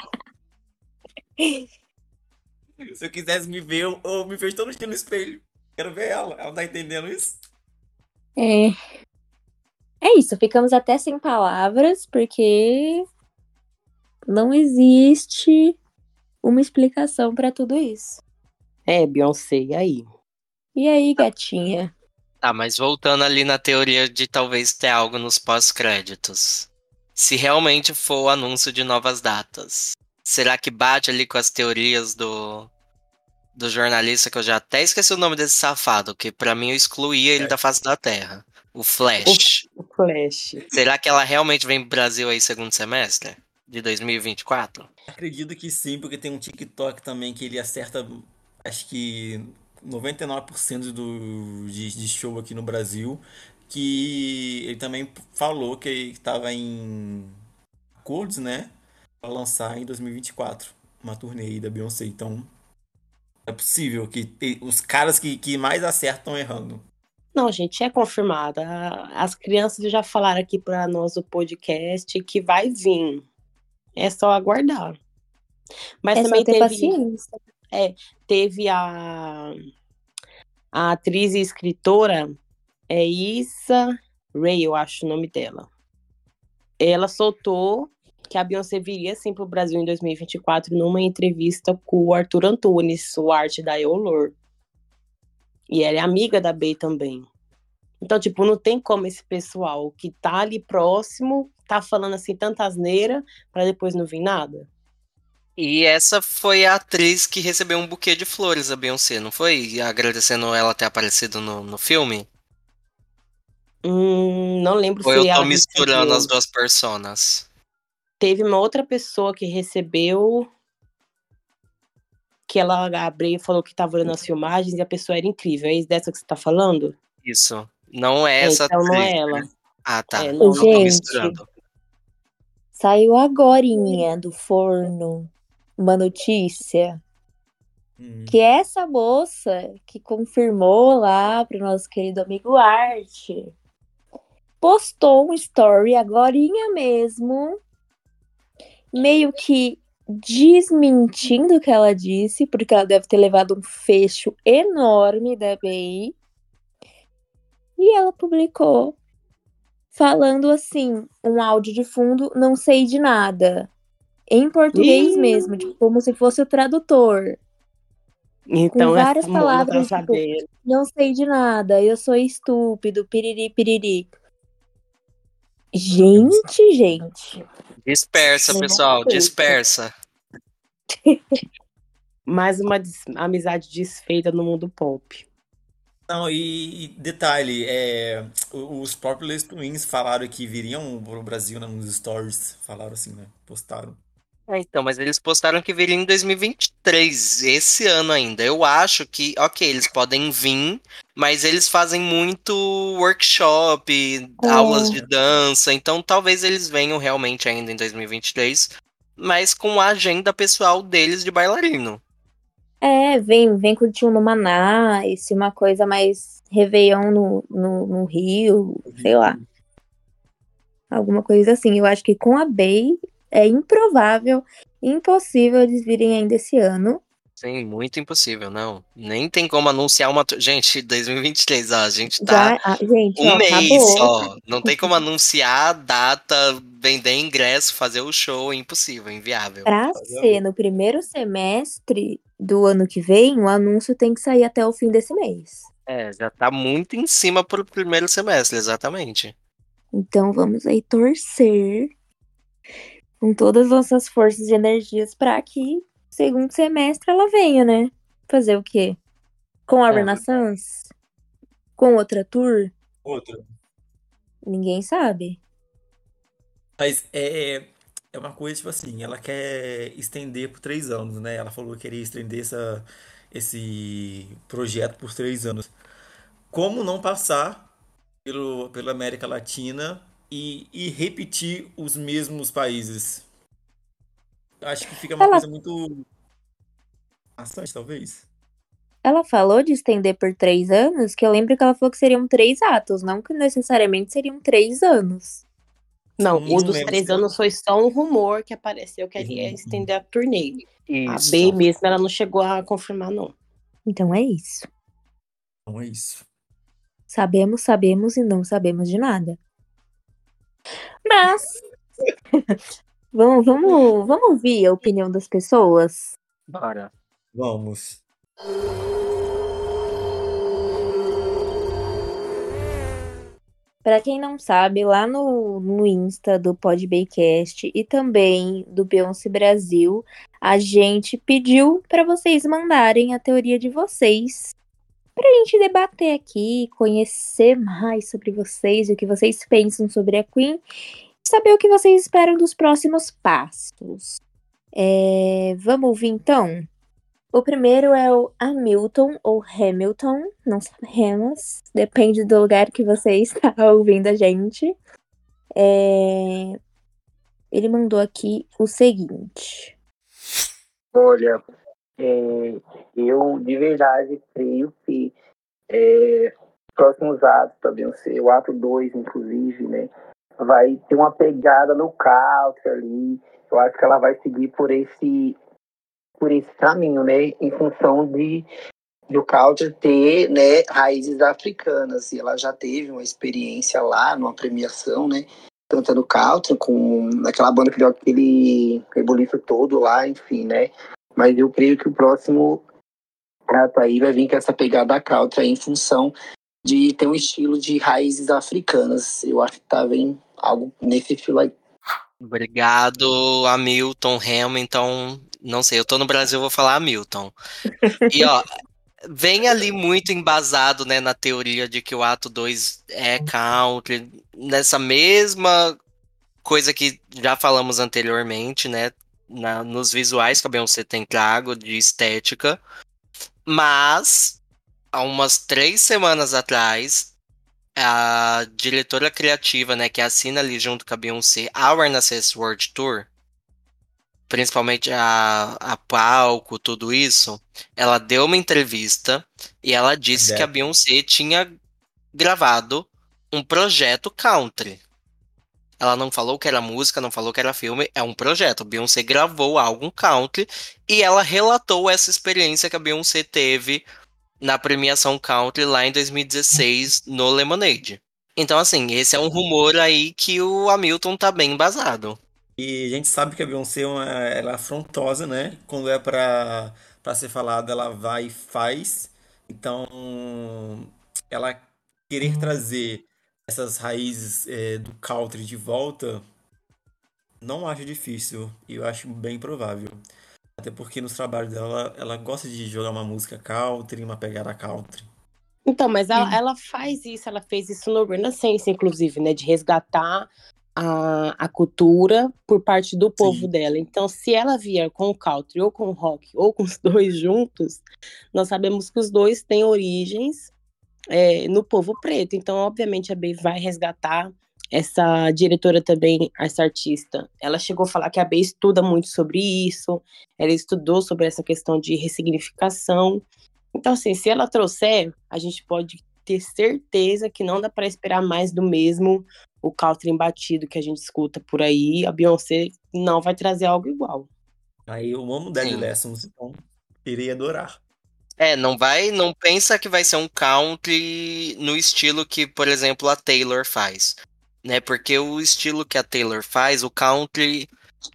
Se eu quisesse me ver, eu me vejo todo dia no espelho. Quero ver ela. Ela tá entendendo isso? É, é isso, ficamos até sem palavras, porque não existe uma explicação pra tudo isso. É, Beyoncé, e aí? E aí, gatinha? Tá, mas voltando ali na teoria de talvez ter algo nos pós-créditos. Se realmente for o anúncio de novas datas, será que bate ali com as teorias do jornalista, que eu já até esqueci o nome desse safado, que pra mim eu excluía ele da face da Terra? O Flash. O Flash. Será que ela realmente vem pro Brasil aí segundo semestre de 2024? Acredito que sim, porque tem um TikTok também que ele acerta, acho que 99% de show aqui no Brasil, que ele também falou que estava em acordos, né, para lançar em 2024, uma turnê aí da Beyoncé. Então, é possível que os caras que mais acertam errando. Não, gente, é confirmada. As crianças já falaram aqui para nós do podcast que vai vir. É só aguardar. Mas É só também ter paciência. teve a atriz e escritora Issa Rae, eu acho o nome dela. Ela soltou que a Beyoncé viria sim para o Brasil em 2024 numa entrevista com o Arthur Antunes, o arte da Eolor. E ela é amiga da Bey também. Então, tipo, não tem como esse pessoal que tá ali próximo tá falando assim tanta asneira pra depois não vir nada. E essa foi a atriz que recebeu um buquê de flores, a Beyoncé, não foi? Agradecendo ela ter aparecido no filme? Não lembro Ou eu se tô ela misturando recebeu. as duas personas? Teve uma outra pessoa que recebeu, que ela abriu e falou que tava olhando as filmagens e a pessoa era incrível. É isso dessa que você tá falando? Isso. Não é É, essa então não atriz, é ela. né? Ah, É, tá. Ô, não, Eu tô não. gente, misturando. saiu agorinha do forno uma notícia que essa moça que confirmou lá pro nosso querido amigo Art postou um story agorinha mesmo, meio que desmentindo o que ela disse, porque ela deve ter levado um fecho enorme da BI. E ela publicou falando assim, um áudio de fundo, não sei de nada. Em português Ih, mesmo, tipo, como se fosse o tradutor. Com então várias essa moça tá palavras, tipo, sabendo. não sei de nada, eu sou estúpido, piriri, piriri. Gente. Dispersa, Falei, não pessoal, acredito. dispersa. Mais uma amizade desfeita no mundo pop. Não, e detalhe, os próprios Twins falaram que viriam pro Brasil, né, nos stories, falaram assim, né, postaram. É, então, mas eles postaram que viria em 2023, esse ano ainda. Eu acho que, ok, eles podem vir, mas eles fazem muito workshop, aulas de É, dança, então talvez eles venham realmente ainda em 2023, mas com a agenda pessoal deles de bailarino. vem curtir um no Manaus, uma coisa mais Réveillon no Rio, sei lá. Alguma coisa assim. Eu acho que com a Bey é improvável, impossível eles virem ainda esse ano. Sim, muito impossível, não. Nem tem como anunciar uma. Gente, 2023, ó, a gente tá Já, gente, um ó, mês acabou. só. Não tem como anunciar a data, vender ingresso, fazer o show. É impossível, inviável. Pra ser no primeiro semestre do ano que vem, o anúncio tem que sair até o fim desse mês. É, já tá muito em cima pro primeiro semestre, exatamente. Então vamos aí torcer com todas as nossas forças e energias para que segundo semestre ela venha, né? Fazer o quê? Com a É. Renaissance? Com outra tour? Outra. Ninguém sabe. Mas é uma coisa, tipo assim, ela quer estender por 3 anos, né? Ela falou que queria estender esse projeto por 3 anos. Como não passar pela América Latina e repetir os mesmos países? Acho que fica uma Ela, coisa muito maçante, talvez. ela falou de estender por 3 anos, que eu lembro que ela falou que seriam 3 atos, não que necessariamente seriam 3 anos. Não, Um o dos dos membros. 3 anos foi só um rumor que apareceu que ele ia estender a turnê. A B Isso. mesmo, ela não chegou a confirmar, não. Então é isso. Então é isso. Sabemos e não sabemos de nada. Mas vamos ouvir a opinião das pessoas. Bora. Vamos. Para quem não sabe, lá no Insta do Podbaycast e também do Beyoncé Brasil, a gente pediu para vocês mandarem a teoria de vocês para a gente debater aqui, conhecer mais sobre vocês, o que vocês pensam sobre a Queen, saber o que vocês esperam dos próximos passos. Vamos ouvir então? O primeiro é o Hamilton ou Hamilton, não sabemos, depende do lugar que você está ouvindo a gente. Ele mandou aqui o seguinte. Olha, eu de verdade creio que próximos atos da Beyoncé, o ato 2, inclusive, né, vai ter uma pegada no country ali. Eu acho que ela vai seguir por esse caminho, né, em função do country ter, né, raízes africanas. E ela já teve uma experiência lá numa premiação, né, cantando country com aquela banda que deu aquele rebuliço todo lá, enfim, né. Mas eu creio que o próximo ato aí vai vir com essa pegada country aí, em função de ter um estilo de raízes africanas. Eu acho que tá vendo algo nesse estilo aí. Obrigado, Hamilton, Hamilton. Não sei, eu tô no Brasil, vou falar Hamilton. E ó, vem ali muito embasado, né, na teoria de que o ato 2 é country, nessa mesma coisa que já falamos anteriormente, né, nos visuais que a Beyoncé tem trago de estética. Mas, há umas 3 semanas atrás, a diretora criativa, né, que assina ali junto com a Beyoncé a Renaissance World Tour, principalmente a palco, tudo isso, ela deu uma entrevista e ela disse que a Beyoncé tinha gravado um projeto country. Ela não falou que era música, não falou que era filme, é um projeto. A Beyoncé gravou álbum country e ela relatou essa experiência que a Beyoncé teve na premiação country lá em 2016 no Lemonade. Então, assim, esse é um rumor aí que o Hamilton tá bem embasado. E a gente sabe que a Beyoncé ela é afrontosa, né? Quando é pra ser falada, ela vai e faz. Então, ela querer trazer essas raízes do country de volta, não acho difícil. E eu acho bem provável. Até porque nos trabalhos dela, ela gosta de jogar uma música country, uma pegada country. Então, mas ela faz isso, ela fez isso no Renaissance, inclusive, né? De resgatar a cultura por parte do povo Sim. dela. Então, se ela vier com o country, ou com o rock, ou com os dois juntos, nós sabemos que os dois têm origens no povo preto. Então, obviamente, a Bey vai resgatar. Essa diretora também, essa artista, ela chegou a falar que a Bey estuda muito sobre isso, ela estudou sobre essa questão de ressignificação. Então, assim, se ela trouxer, a gente pode ter certeza que não dá para esperar mais do mesmo, o country embatido que a gente escuta por aí. A Beyoncé não vai trazer algo igual. Aí eu amo Dead Sim. Lessons, então irei adorar. Não pensa que vai ser um country no estilo que, por exemplo, a Taylor faz, né? Porque o estilo que a Taylor faz, o country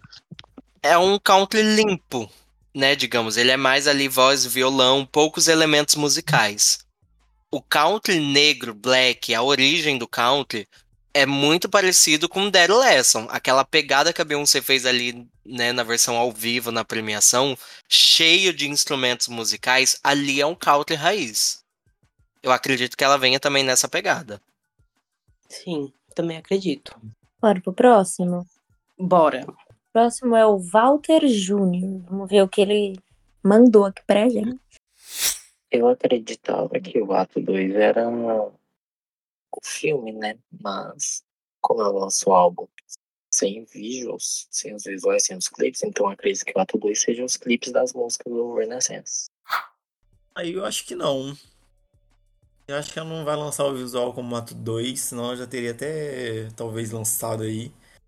é um country limpo, né? Digamos, ele é mais ali voz, violão, poucos elementos musicais. O country negro, black, a origem do country é muito parecido com Dead Lesson. Aquela pegada que a Beyoncé fez ali, né, na versão ao vivo, na premiação, cheio de instrumentos musicais, ali é um country raiz. Eu acredito que ela venha também nessa pegada. Sim, também acredito. Bora pro próximo? Bora. O próximo é o Walter Júnior. Vamos ver o que ele mandou aqui pra gente. Eu acreditava que o ato 2 era o filme, né? Mas como ela lançou o álbum sem visuals, sem os visuais, sem os clipes, então eu acredito que o ato 2 seja os clipes das músicas do Renaissance. Aí eu acho que não. Eu acho que ela não vai lançar o visual como Ato 2, senão ela já teria até talvez lançado aí.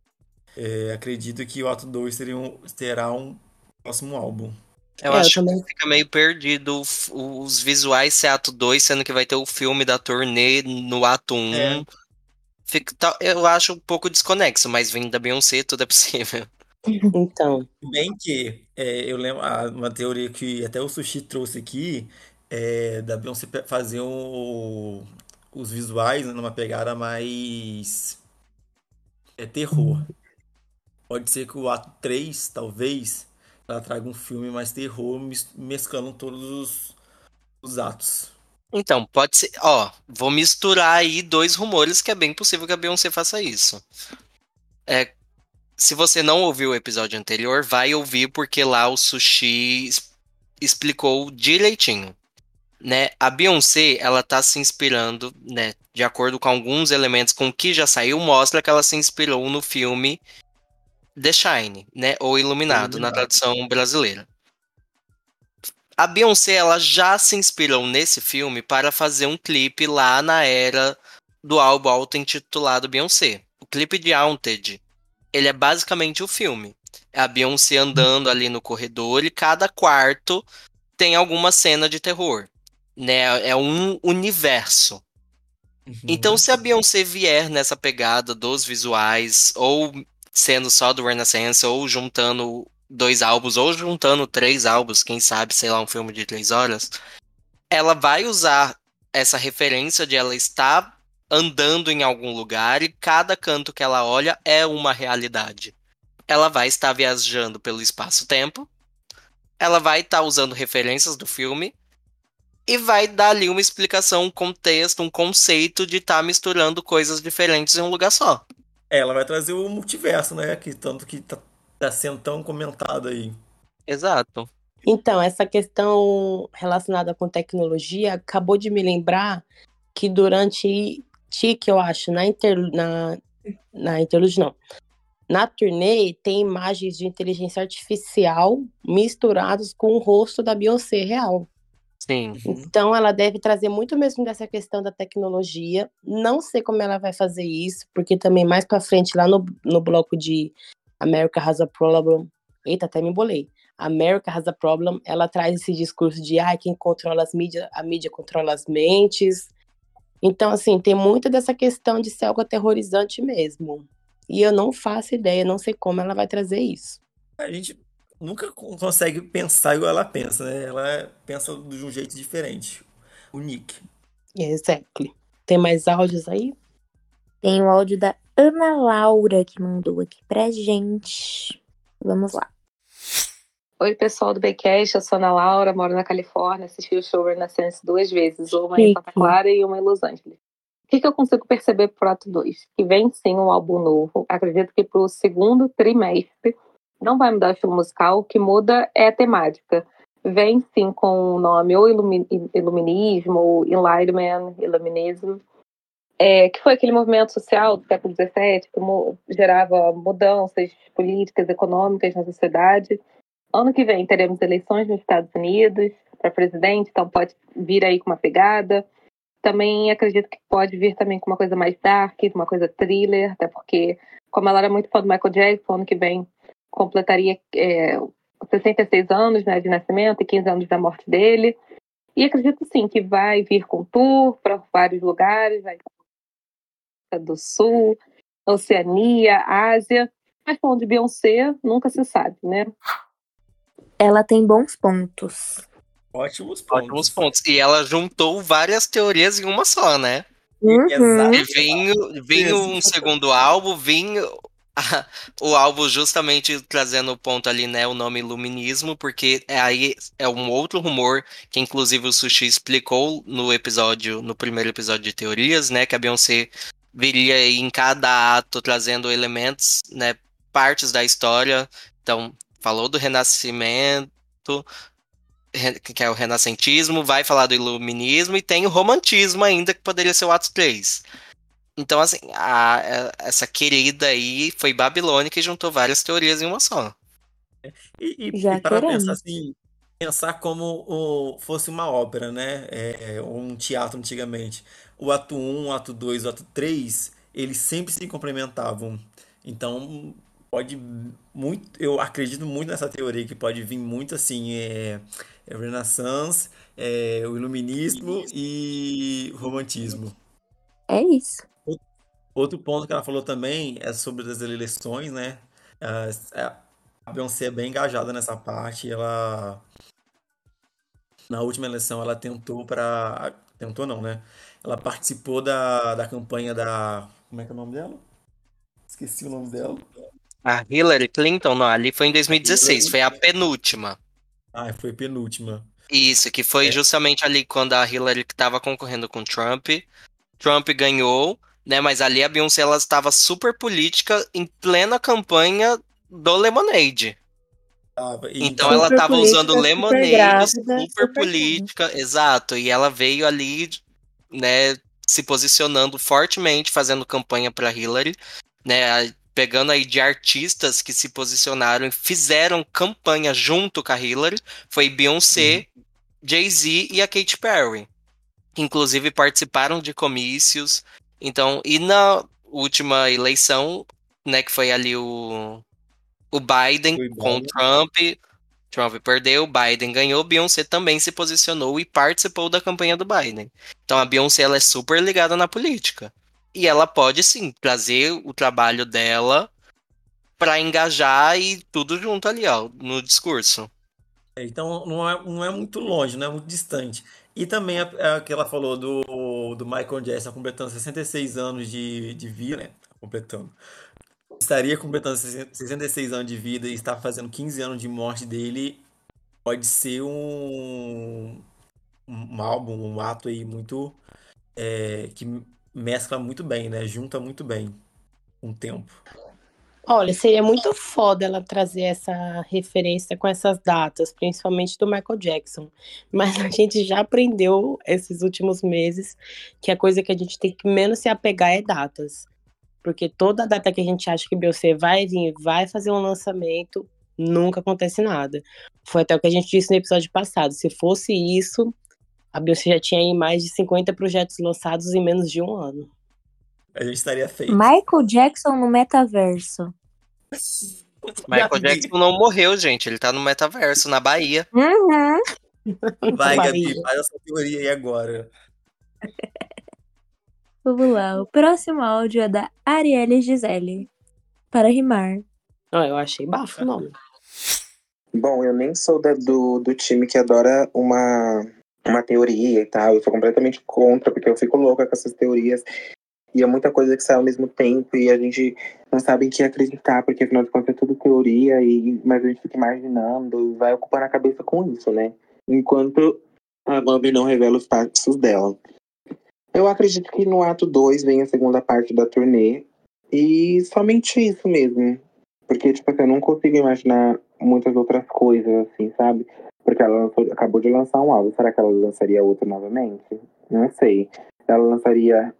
Acredito que o ato 2 terá um próximo álbum. Eu Eu acho também. que fica meio perdido os visuais ser ato 2, sendo que vai ter o filme da turnê no ato 1. Eu acho um pouco desconexo, mas vindo da Beyoncé, tudo é possível. Então, Bem que eu lembro uma teoria que até o Sushi trouxe aqui, da Beyoncé fazer os visuais numa pegada mais terror. Pode ser que o ato 3 talvez, ela traga um filme mais terror, mesclando todos os atos. Então, pode ser. Ó, vou misturar aí dois rumores que é bem possível que a Beyoncé faça isso. Se você não ouviu o episódio anterior, vai ouvir porque lá o Sushi explicou direitinho, né? A Beyoncé, ela tá se inspirando, né, de acordo com alguns elementos com o que já saiu, mostra que ela se inspirou no filme The Shine, né, ou Iluminado, na Iluminado. tradução brasileira. A Beyoncé, ela já se inspirou nesse filme para fazer um clipe lá na era do álbum auto-intitulado Beyoncé. O clipe de Haunted, ele é basicamente o filme. É a Beyoncé andando ali no corredor e cada quarto tem alguma cena de terror, né? É um universo. Então, Uhum. se a Beyoncé vier nessa pegada dos visuais, ou sendo só do Renaissance, ou juntando dois álbuns, ou juntando três álbuns, quem sabe, sei lá, um filme de 3 horas, ela vai usar essa referência de ela estar andando em algum lugar e cada canto que ela olha é uma realidade. Ela vai estar viajando pelo espaço-tempo, ela vai estar usando referências do filme e vai dar ali uma explicação, um contexto, um conceito de estar misturando coisas diferentes em um lugar só. Ela vai trazer o multiverso, né? Que tanto que tá sendo tão comentado aí. Exato. então, essa questão relacionada com tecnologia acabou de me lembrar que durante TIC, eu acho, na Interlude, não. Na turnê, tem imagens de inteligência artificial misturados com o rosto da Beyoncé real. Sim. Então, ela deve trazer muito mesmo dessa questão da tecnologia. Não sei como ela vai fazer isso, porque também mais pra frente, lá no bloco de America Has a Problem. Eita, até me embolei. America Has a Problem, ela traz esse discurso de quem controla as mídias, a mídia controla as mentes. Então, assim, tem muito dessa questão de ser algo aterrorizante mesmo. E eu não faço ideia, não sei como ela vai trazer isso. A gente nunca consegue pensar igual ela pensa, né? Ela pensa de um jeito diferente. Unique. Exactly. Tem mais áudios aí? Tem o áudio da Ana Laura que mandou aqui pra gente. Vamos lá. Oi, pessoal do Baycast, eu sou a Ana Laura, moro na Califórnia, assisti o show Renaissance 2 vezes, uma em Santa Clara e uma em Los Angeles. O que eu consigo perceber pro ato 2? Que vem sim um álbum novo, acredito que pro segundo trimestre não vai mudar o estilo musical, o que muda é a temática. Vem sim com o nome ou Iluminismo, ou Enlightenment, Illuminism, que foi aquele movimento social do século XVII que gerava mudanças políticas, econômicas na sociedade. Ano que vem teremos eleições nos Estados Unidos para presidente, então pode vir aí com uma pegada. Também acredito que pode vir também com uma coisa mais dark, uma coisa thriller, até porque, como ela era muito fã do Michael Jackson, ano que vem completaria 66 anos, né, de nascimento e 15 anos da morte dele. E acredito sim que vai vir com tour para vários lugares, vai do Sul, Oceania, Ásia. Mas falando de Beyoncé, nunca se sabe, né? Ela tem bons pontos. Ótimos Ótimos pontos. pontos. E ela juntou várias teorias em uma só, né? Exato. E vinha um segundo álbum, vinha o álbum justamente trazendo o ponto ali, né? O nome Iluminismo, porque aí é um outro rumor que inclusive o Sushi explicou no primeiro episódio de teorias, né? Que a Beyoncé viria aí em cada ato trazendo elementos, né? Partes da história. Então, falou do Renascimento, que é o renascentismo, vai falar do iluminismo e tem o romantismo ainda, que poderia ser o ato 3. Então, assim, essa querida aí foi babilônica e juntou várias teorias em uma só. Já para queremos. pensar assim, pensar como fosse uma ópera, né? Um teatro antigamente. O ato 1, o ato 2, o ato 3, eles sempre se complementavam. Então, pode muito, eu acredito muito nessa teoria que pode vir muito assim, Renaissance, o Iluminismo e o Romantismo. É isso. Outro ponto que ela falou também é sobre as eleições, né? A Beyoncé é bem engajada nessa parte. Ela, na última eleição, ela tentou não, né? Ela participou da campanha da. Como é que é o nome dela? Esqueci o nome dela. A Hillary Clinton, não, ali foi em A 2016, Hillary. foi a penúltima. Ah, foi penúltima. Isso, que foi É, justamente ali quando a Hillary estava concorrendo com Trump. Trump ganhou, né? Mas ali a Beyoncé ela estava super política em plena campanha do Lemonade. Então então, ela Super estava usando política, super Lemonade, grávida, super super tudo. política, exato. E ela veio ali, né, se posicionando fortemente, fazendo campanha para Hillary, né, pegando aí de artistas que se posicionaram e fizeram campanha junto com a Hillary, foi uhum. Beyoncé, Jay-Z e a Katy Perry, que inclusive participaram de comícios. Então, e na última eleição, né, que foi ali o Biden Foi com o bom. Trump. Trump perdeu, Biden ganhou, Beyoncé também se posicionou e participou da campanha do Biden. Então a Beyoncé ela é super ligada na política. E ela pode sim trazer o trabalho dela para engajar e tudo junto ali, ó, no discurso. Então não é muito longe, não é muito distante. E também a que ela falou do Michael Jackson completando 66 anos de vida, né? Completando. Estaria completando 66 anos de vida e está fazendo 15 anos de morte dele. Pode ser um álbum, um ato aí muito que mescla muito bem, né? Junta muito bem com o tempo. Olha, seria muito foda ela trazer essa referência com essas datas, principalmente do Michael Jackson. Mas a gente já aprendeu esses últimos meses que a coisa que a gente tem que menos se apegar é datas. Porque toda data que a gente acha que Beyoncé vai vir, vai fazer um lançamento, nunca acontece nada. Foi até o que a gente disse no episódio passado. Se fosse isso, a Beyoncé já tinha aí mais de 50 projetos lançados em menos de um ano. A gente estaria feito. Michael Jackson no metaverso. Michael Jackson não morreu, gente. Ele tá no metaverso, na Bahia. Uhum. Vai, Gabi, Bahia. faz essa teoria aí agora. Vamos lá. O próximo áudio é da Arielle Gisele. Para rimar. Não, eu achei bafo o nome. Bom, eu nem sou do time que adora uma teoria e tal. Eu sou completamente contra, porque eu fico louca com essas teorias. E é muita coisa que sai ao mesmo tempo e a gente não sabe em que acreditar, porque afinal de contas é tudo teoria, mas a gente fica imaginando e vai ocupando a cabeça com isso, né? Enquanto a Bambi não revela os passos dela. Eu acredito que no ato 2 vem a segunda parte da turnê e somente isso mesmo. Porque, tipo assim, eu não consigo imaginar muitas outras coisas, assim, sabe? Porque ela acabou de lançar um álbum. Será que ela lançaria outro novamente? Não sei. Ela lançaria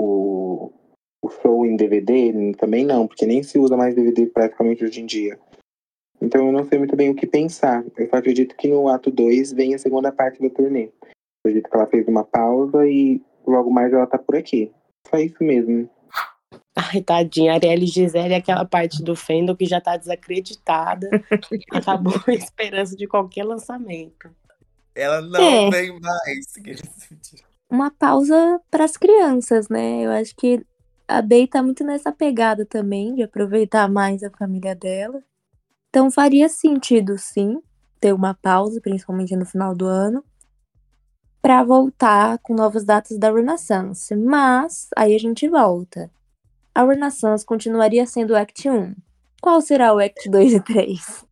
o show em DVD? Também não, porque nem se usa mais DVD praticamente hoje em dia. Então eu não sei muito bem o que pensar. Eu só acredito que no ato 2 vem a segunda parte da turnê. Eu acredito que ela fez uma pausa e logo mais ela tá por aqui. Só isso mesmo. Ai, tadinha, a Arielle Gisele é aquela parte do fandom que já tá desacreditada. Acabou a esperança de qualquer lançamento. Ela não É, vem mais. uma pausa para as crianças, né? Eu acho que a Bey tá muito nessa pegada também, de aproveitar mais a família dela. Então faria sentido, sim, ter uma pausa, principalmente no final do ano, para voltar com novas datas da Renaissance. Mas aí a gente volta. A Renaissance continuaria sendo o Act 1. Qual será o Act 2 e 3?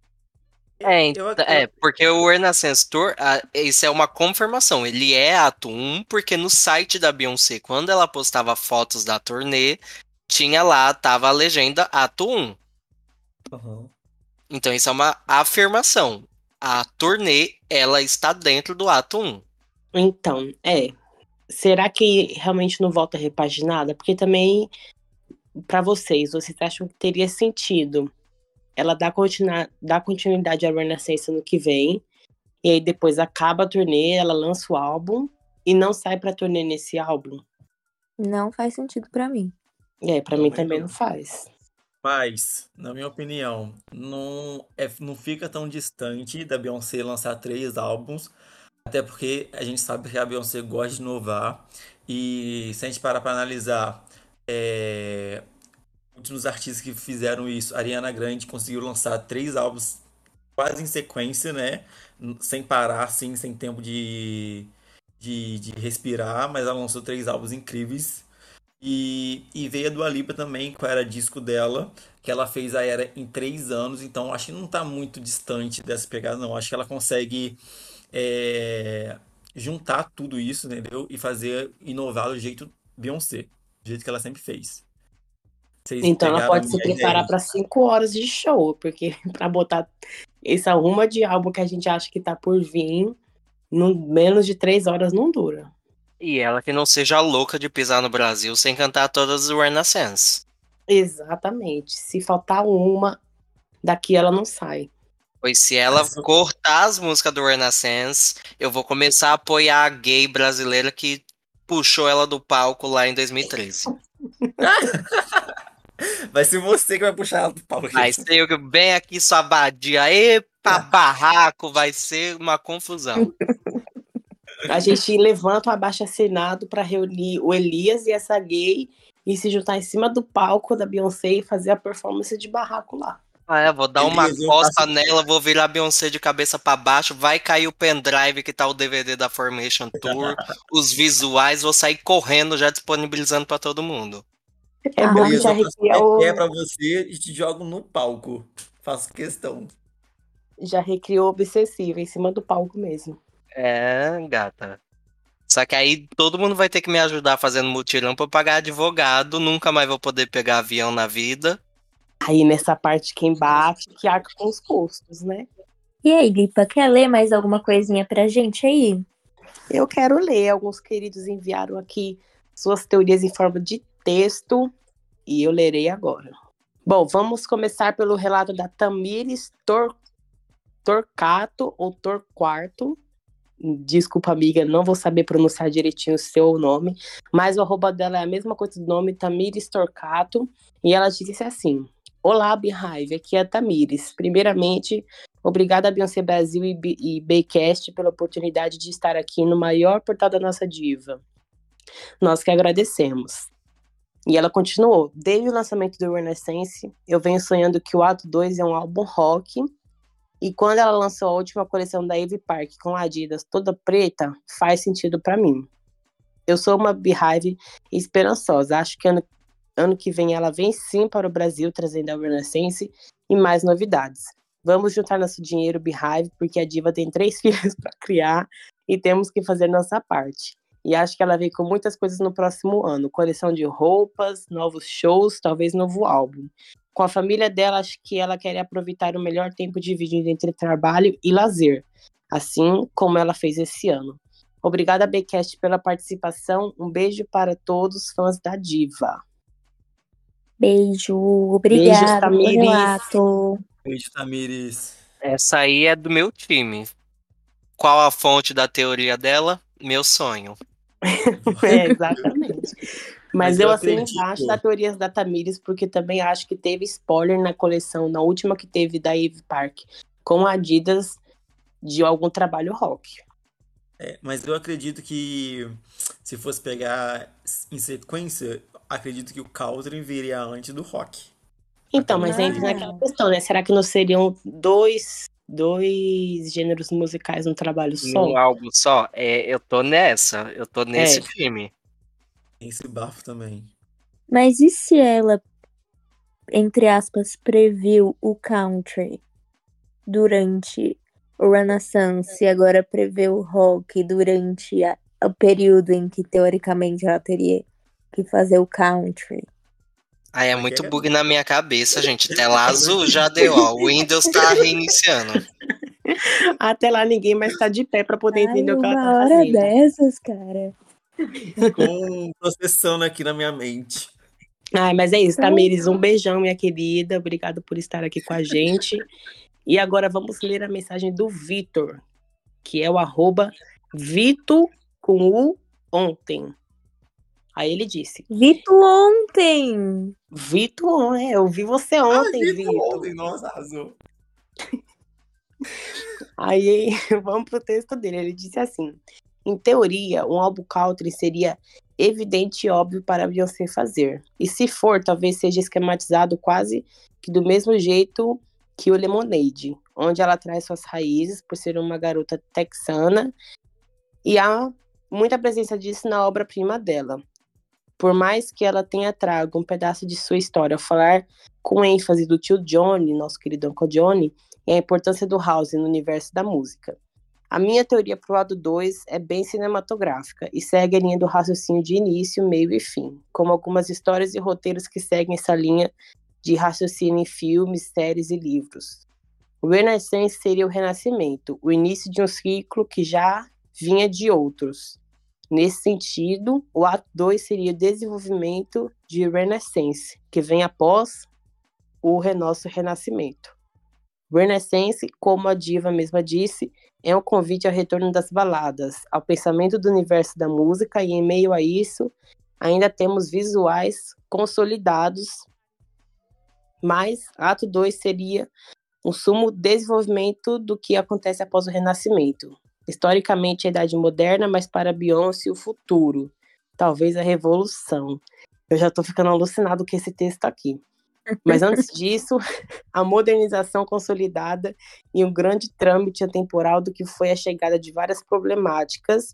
Porque o Renaissance Tour, isso é uma confirmação. Ele é ato 1, porque no site da Beyoncé, quando ela postava fotos da turnê, tinha lá, tava a legenda ato 1. Uhum. Então isso é uma afirmação. A turnê, ela está dentro do ato 1. Então, será que realmente não volta repaginada? Porque também, pra vocês acham que teria sentido ela dar continuidade à Renaissance no que vem, e aí depois acaba a turnê, ela lança o álbum e não sai pra turnê nesse álbum? Não faz sentido para mim. Pra mim Também também não. não faz. Mas, na minha opinião, não fica tão distante da Beyoncé lançar 3 álbuns, até porque a gente sabe que a Beyoncé gosta de inovar. E se a gente parar para analisar, últimos artistas que fizeram isso, Ariana Grande conseguiu lançar 3 álbuns quase em sequência, né? Sem parar, assim, sem tempo de respirar, mas ela lançou 3 álbuns incríveis. E veio a Dua Lipa também, com a Era Disco dela, que ela fez a Era em 3 anos, então acho que não tá muito distante dessa pegada, não. Acho que ela consegue juntar tudo isso, entendeu? E fazer, inovar do jeito Beyoncé, do jeito que ela sempre fez. Vocês Então ela pegaram a pode se minha preparar ideia? para 5 horas de show, porque para botar essa arruma de álbum que a gente acha que tá por vir, menos de 3 horas não dura. E ela que não seja louca de pisar no Brasil sem cantar todas as Renaissance. Exatamente. Se faltar uma, daqui ela não sai. Pois se ela cortar as músicas do Renaissance, eu vou começar a apoiar a gay brasileira que puxou ela do palco lá em 2013. Vai ser você que vai puxar ela do pau. Vai ser eu bem aqui, sua vadia. Epa, barraco, vai ser uma confusão. A gente levanta o abaixo-assinado para reunir o Elias e essa gay e se juntar em cima do palco da Beyoncé e fazer a performance de barraco lá. Vou dar uma Elias, eu costa faço- nela, vou virar a Beyoncé de cabeça pra baixo, vai cair o pendrive que tá o DVD da Formation Tour, os visuais, vou sair correndo já disponibilizando pra todo mundo. É bom que Elias, já eu faço recria pé o, pra você e te jogo no palco. Faço questão. já recriou obsessiva em cima do palco mesmo. Gata. Só que aí todo mundo vai ter que me ajudar fazendo mutirão pra eu pagar advogado, nunca mais vou poder pegar avião na vida. Aí nessa parte quem bate, que arca com os custos, né? E aí, Lipa, quer ler mais alguma coisinha pra gente aí? Eu quero ler. Alguns queridos enviaram aqui suas teorias em forma de texto e eu lerei agora. Bom, vamos começar pelo relato da Tamires Torquato ou Torquato. Desculpa, amiga, não vou saber pronunciar direitinho o seu nome, mas o arroba dela é a mesma coisa do nome, Tamires Torquato, e ela disse assim: Olá, Beehive, aqui é a Tamires. Primeiramente, obrigada a Beyoncé Brasil e Bcast pela oportunidade de estar aqui no maior portal da nossa diva. Nós que agradecemos. E ela continuou: Desde o lançamento do Renaissance, eu venho sonhando que o Ato 2 é um álbum rock. E quando ela lançou a última coleção da Ivy Park com a Adidas toda preta, faz sentido para mim. Eu sou uma Beehive esperançosa. Acho que ano que vem ela vem sim para o Brasil, trazendo a Renaissance e mais novidades. Vamos juntar nosso dinheiro, Beehive, porque a diva tem 3 filhos para criar e temos que fazer nossa parte. E acho que ela vem com muitas coisas no próximo ano. Coleção de roupas, novos shows, talvez novo álbum. Com a família dela, acho que ela quer aproveitar o melhor tempo dividido entre trabalho e lazer, assim como ela fez esse ano. Obrigada, Bcast, pela participação. Um beijo para todos fãs da diva. Beijo, Beijos, obrigada pelo Tamires. relato. Beijo, Tamires. Essa aí é do meu time. Qual a fonte da teoria dela? Meu sonho. Exatamente. Mas eu assino acredito. embaixo da teoria da Tamires, porque também acho que teve spoiler na coleção, na última que teve da Ivy Park, com a Adidas de algum trabalho rock. Mas eu acredito que se fosse pegar em sequência, acredito que o Caltrin viria antes do rock. Então, mas entra naquela questão, né? Será que não seriam dois gêneros musicais num trabalho só? Num álbum só? Eu tô nessa. Eu tô nesse time. Tem esse bafo também. Mas e se ela, entre aspas, previu o country durante o Renaissance e agora prevê o rock durante o período em que, teoricamente, ela teria que fazer o country? É muito bug na minha cabeça, gente. Tela azul já deu, ó. O Windows tá reiniciando. Até lá ninguém mais tá de pé pra poder entender o que ela tá uma hora fazendo. dessas, cara. Ficou processando aqui na minha mente. Ai, mas é isso, Tamires, um beijão, minha querida. Obrigado por estar aqui com a gente. E agora vamos ler a mensagem do Vitor, que é o @Vito com U ontem. Aí ele disse: Vi tu ontem! Vitor, eu vi você ontem, Vitor. Nossa, arrasou. Aí vamos pro texto dele. Ele disse assim: em teoria, um álbum country seria evidente e óbvio para Beyoncé fazer. E se for, talvez seja esquematizado quase que do mesmo jeito que o Lemonade, onde ela traz suas raízes por ser uma garota texana, e há muita presença disso na obra-prima dela. Por mais que ela tenha trago um pedaço de sua história ao falar com ênfase do tio Johnny, nosso querido Uncle Johnny, e a importância do house no universo da música. A minha teoria pro lado 2 é bem cinematográfica e segue a linha do raciocínio de início, meio e fim, como algumas histórias e roteiros que seguem essa linha de raciocínio em filmes, séries e livros. O Renaissance seria o renascimento, o início de um ciclo que já vinha de outros. Nesse sentido, o ato 2 seria o desenvolvimento de Renaissance, que vem após o nosso renascimento. Renaissance, como a diva mesma disse, é um convite ao retorno das baladas, ao pensamento do universo da música, e em meio a isso, ainda temos visuais consolidados, mas ato 2 seria um sumo desenvolvimento do que acontece após o renascimento. Historicamente, a Idade Moderna, mas para Beyoncé, o futuro. Talvez a revolução. Eu já estou ficando alucinado com esse texto aqui. Mas antes disso, a modernização consolidada e um grande trâmite atemporal do que foi a chegada de várias problemáticas,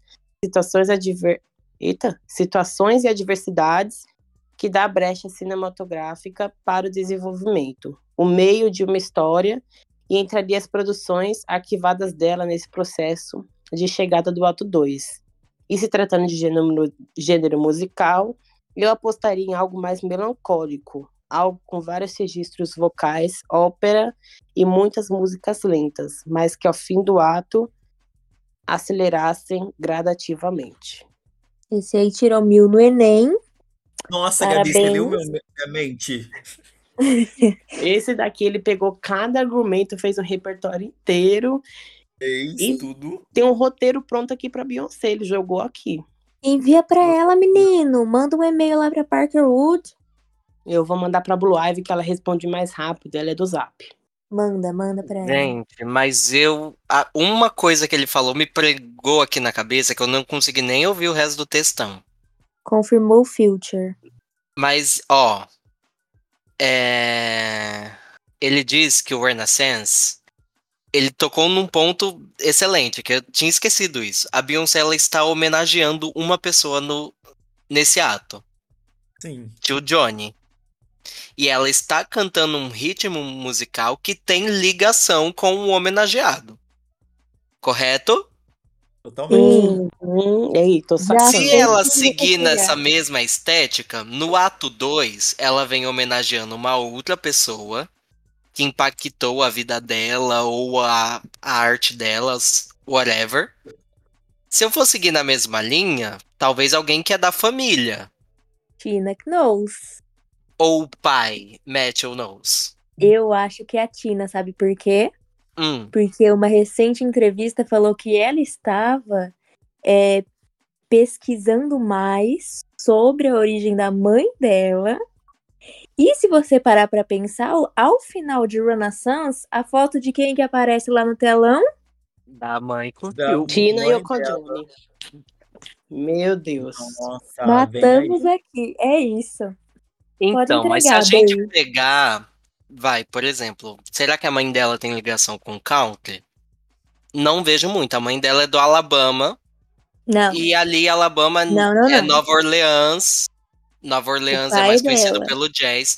situações e adversidades que dá brecha cinematográfica para o desenvolvimento, o meio de uma história, e entraria as produções arquivadas dela nesse processo de chegada do ato 2. E se tratando de gênero musical, eu apostaria em algo mais melancólico, algo com vários registros vocais, ópera e muitas músicas lentas, mas que ao fim do ato acelerassem gradativamente. Esse aí tirou 1000 no Enem. Nossa, Parabéns. Gabi, você leu minha mente. Esse daqui, ele pegou cada argumento, fez um repertório inteiro. Fez tudo. Tem um roteiro pronto aqui pra Beyoncé, ele jogou aqui. Envia pra ela, menino. Manda um e-mail lá pra Parkerwood. Eu vou mandar pra Blue Ivy, que ela responde mais rápido, ela é do Zap. Manda pra ela. Gente, mas uma coisa que ele falou me pregou aqui na cabeça que eu não consegui nem ouvir o resto do textão. Confirmou o Future. Mas, ó, ele diz que o Renaissance, ele tocou num ponto excelente, que eu tinha esquecido isso. A Beyoncé, ela está homenageando uma pessoa nesse ato. Sim. Tio Johnny. E ela está cantando um ritmo musical que tem ligação com o homenageado. Correto? Totalmente. Ei, tô Já sacando. Se sei ela que seguir vai nessa chegar. mesma estética, no ato 2, ela vem homenageando uma outra pessoa que impactou a vida dela ou a arte delas, whatever. Se eu for seguir na mesma linha, talvez alguém que é da família. Tina Knowles. Ou o pai, Matthew Knowles. Eu acho que é a Tina, sabe por quê? Hum, Porque uma recente entrevista falou que ela estava pesquisando mais sobre a origem da mãe dela. E se você parar pra pensar, ao final de Renaissance, a foto de quem que aparece lá no telão? da mãe com Da tio. Tina e mãe o dela. Johnny. Meu Deus. Nossa, vem aí. Matamos aqui. É isso. Pode Então, mas se a entregar, gente Bey. pegar, vai, por exemplo, será que a mãe dela tem ligação com o country? Não vejo muito. A mãe dela é do Alabama. Não. E ali, Alabama Não. é Nova Orleans. Nova O Orleans é pai mais conhecido dela. pelo jazz.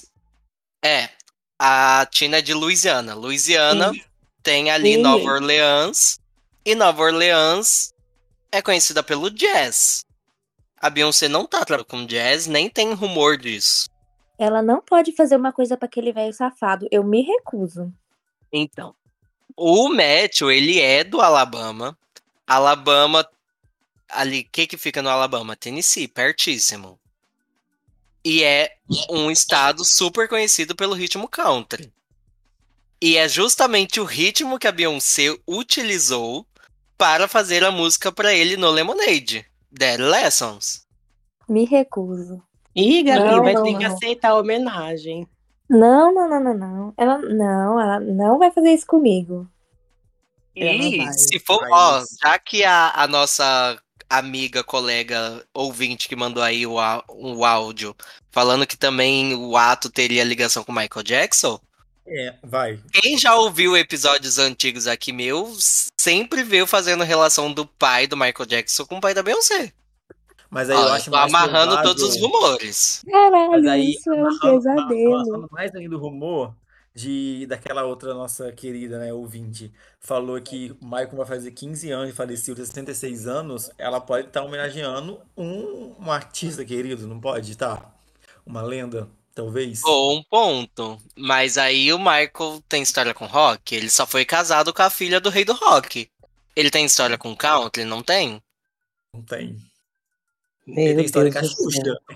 A Tina é de Louisiana. Louisiana tem ali Nova Isso. Orleans. E Nova Orleans é conhecida pelo jazz. A Beyoncé não tá trabalhando com jazz, nem tem rumor disso. Ela não pode fazer uma coisa pra aquele velho safado. Eu me recuso. Então, o Matthew, ele é do Alabama. Alabama, ali, o que fica no Alabama? Tennessee, pertíssimo. E é um estado super conhecido pelo ritmo country. E é justamente o ritmo que a Beyoncé utilizou para fazer a música para ele no Lemonade, Dead Lessons. Me recuso. Ih, Gabi, Não, vai não, ter que não. aceitar a homenagem. Não, não, não, não, não. Ela não vai fazer isso comigo. Ela E vai. se for, ó, Mas já que a nossa amiga, colega, ouvinte que mandou aí o áudio falando que também o ato teria ligação com o Michael Jackson, vai. quem já ouviu episódios antigos aqui meus, sempre veio fazendo relação do pai do Michael Jackson com o pai da Beyoncé. Mas aí eu Ó, eu acho tô mais amarrando todos os provável. rumores. Mas Caralho, aí, isso é um pesadelo. amarrando mais ainda o rumor daquela outra nossa querida, né, ouvinte, falou que o Michael vai fazer 15 anos e faleceu de 66 anos, ela pode estar homenageando um artista querido, não pode estar? Uma lenda, talvez? Ou um ponto. Mas aí o Michael tem história com rock? Ele só foi casado com a filha do rei do rock. Ele tem história com country? Não tem? Não tem. Ele Meu tem história Deus com a do céu. Xuxa.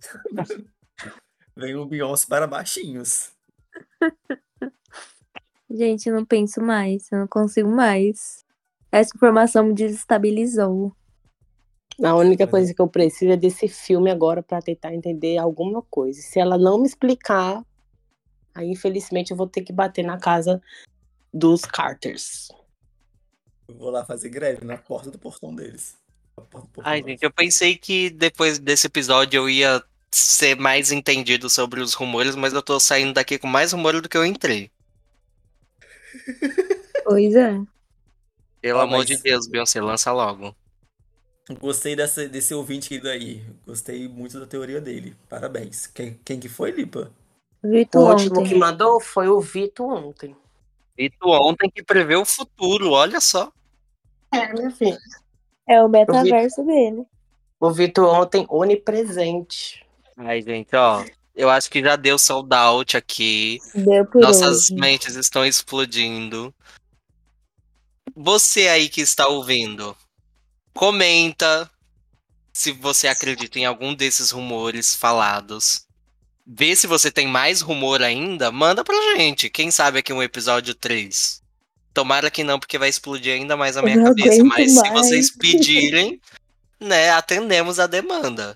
Vem o Beyoncé para baixinhos. Gente, eu não penso mais. Eu não consigo mais. Essa informação me desestabilizou. A única Mas coisa que eu preciso é desse filme agora pra tentar entender alguma coisa. Se ela não me explicar, aí infelizmente eu vou ter que bater na casa dos Carters. eu vou lá fazer greve na porta do portão deles. Na porta do portão Ai, deles. gente, eu pensei que depois desse episódio eu ia ser mais entendido sobre os rumores, mas eu tô saindo daqui com mais rumores do que eu entrei. Pois é. Pelo Ó, amor de mas Deus, Beyoncé, lança logo. gostei desse ouvinte querido aí. Gostei muito da teoria dele. Parabéns. Quem que foi, Lipa? O Vitor último que ontem. mandou foi o Vito ontem. Vitor ontem que prevê o futuro, olha só. Meu filho. É o O Vito, metaverso dele. o Vito ontem onipresente. Ai, gente, ó, eu acho que já deu sold out aqui. Deu por Nossas hoje. mentes estão explodindo. Você aí que está ouvindo, comenta se você acredita em algum desses rumores falados. Vê se você tem mais rumor ainda, manda pra gente. Quem sabe aqui um episódio 3. Tomara que não, porque vai explodir ainda mais a Eu minha não cabeça. aguento Mas se mais. vocês pedirem, né, atendemos a demanda.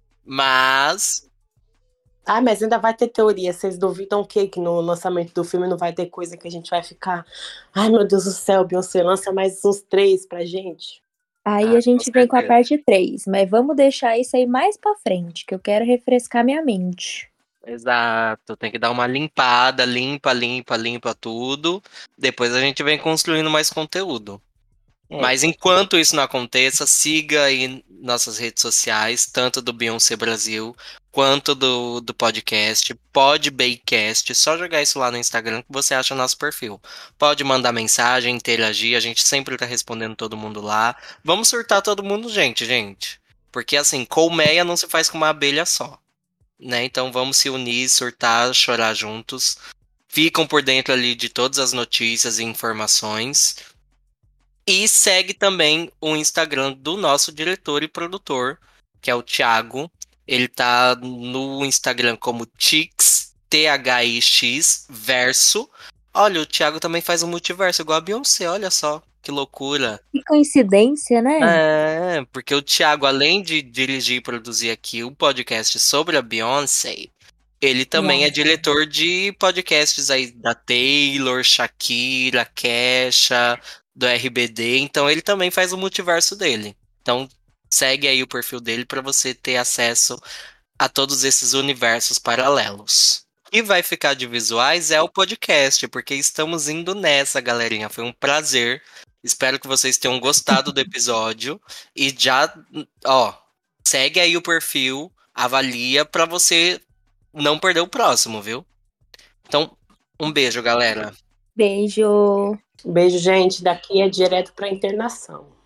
Mas, Ah, mas ainda vai ter teoria. Vocês duvidam o quê? Que no lançamento do filme não vai ter coisa que a gente vai ficar. Ai, meu Deus do céu, Beyoncé, lança mais uns 3 pra gente. Aí a com gente vem com a certeza. parte 3, mas vamos deixar isso aí mais pra frente, que eu quero refrescar minha mente. Exato, tem que dar uma limpada, limpa tudo. Depois a gente vem construindo mais conteúdo. É. Mas enquanto isso não aconteça, siga aí nossas redes sociais, tanto do Beyoncé Brasil quanto do podcast, PodBaycast. Só jogar isso lá no Instagram que você acha nosso perfil. Pode mandar mensagem, interagir, a gente sempre tá respondendo todo mundo lá. Vamos surtar todo mundo, gente. Porque assim, colmeia não se faz com uma abelha só, né? Então vamos se unir, surtar, chorar juntos. Ficam por dentro ali de todas as notícias e informações. E segue também o Instagram do nosso diretor e produtor, que é o Thiago. Ele tá no Instagram como Tix, THIX, verso. Olha, o Thiago também faz um multiverso, igual a Beyoncé, olha só, que loucura. Que coincidência, né? É, porque o Thiago, além de dirigir e produzir aqui o podcast sobre a Beyoncé, ele também é Uau. diretor de podcasts aí da Taylor, Shakira, Kesha, do RBD, então ele também faz o multiverso dele. Então segue aí o perfil dele para você ter acesso a todos esses universos paralelos. O que vai ficar de visuais é o podcast, porque estamos indo nessa, galerinha. Foi um prazer. Espero que vocês tenham gostado do episódio e já, ó, segue aí o perfil, avalia para você não perder o próximo, viu? Então, um beijo, galera. Beijo. Beijo, gente. Daqui é direto pra internação.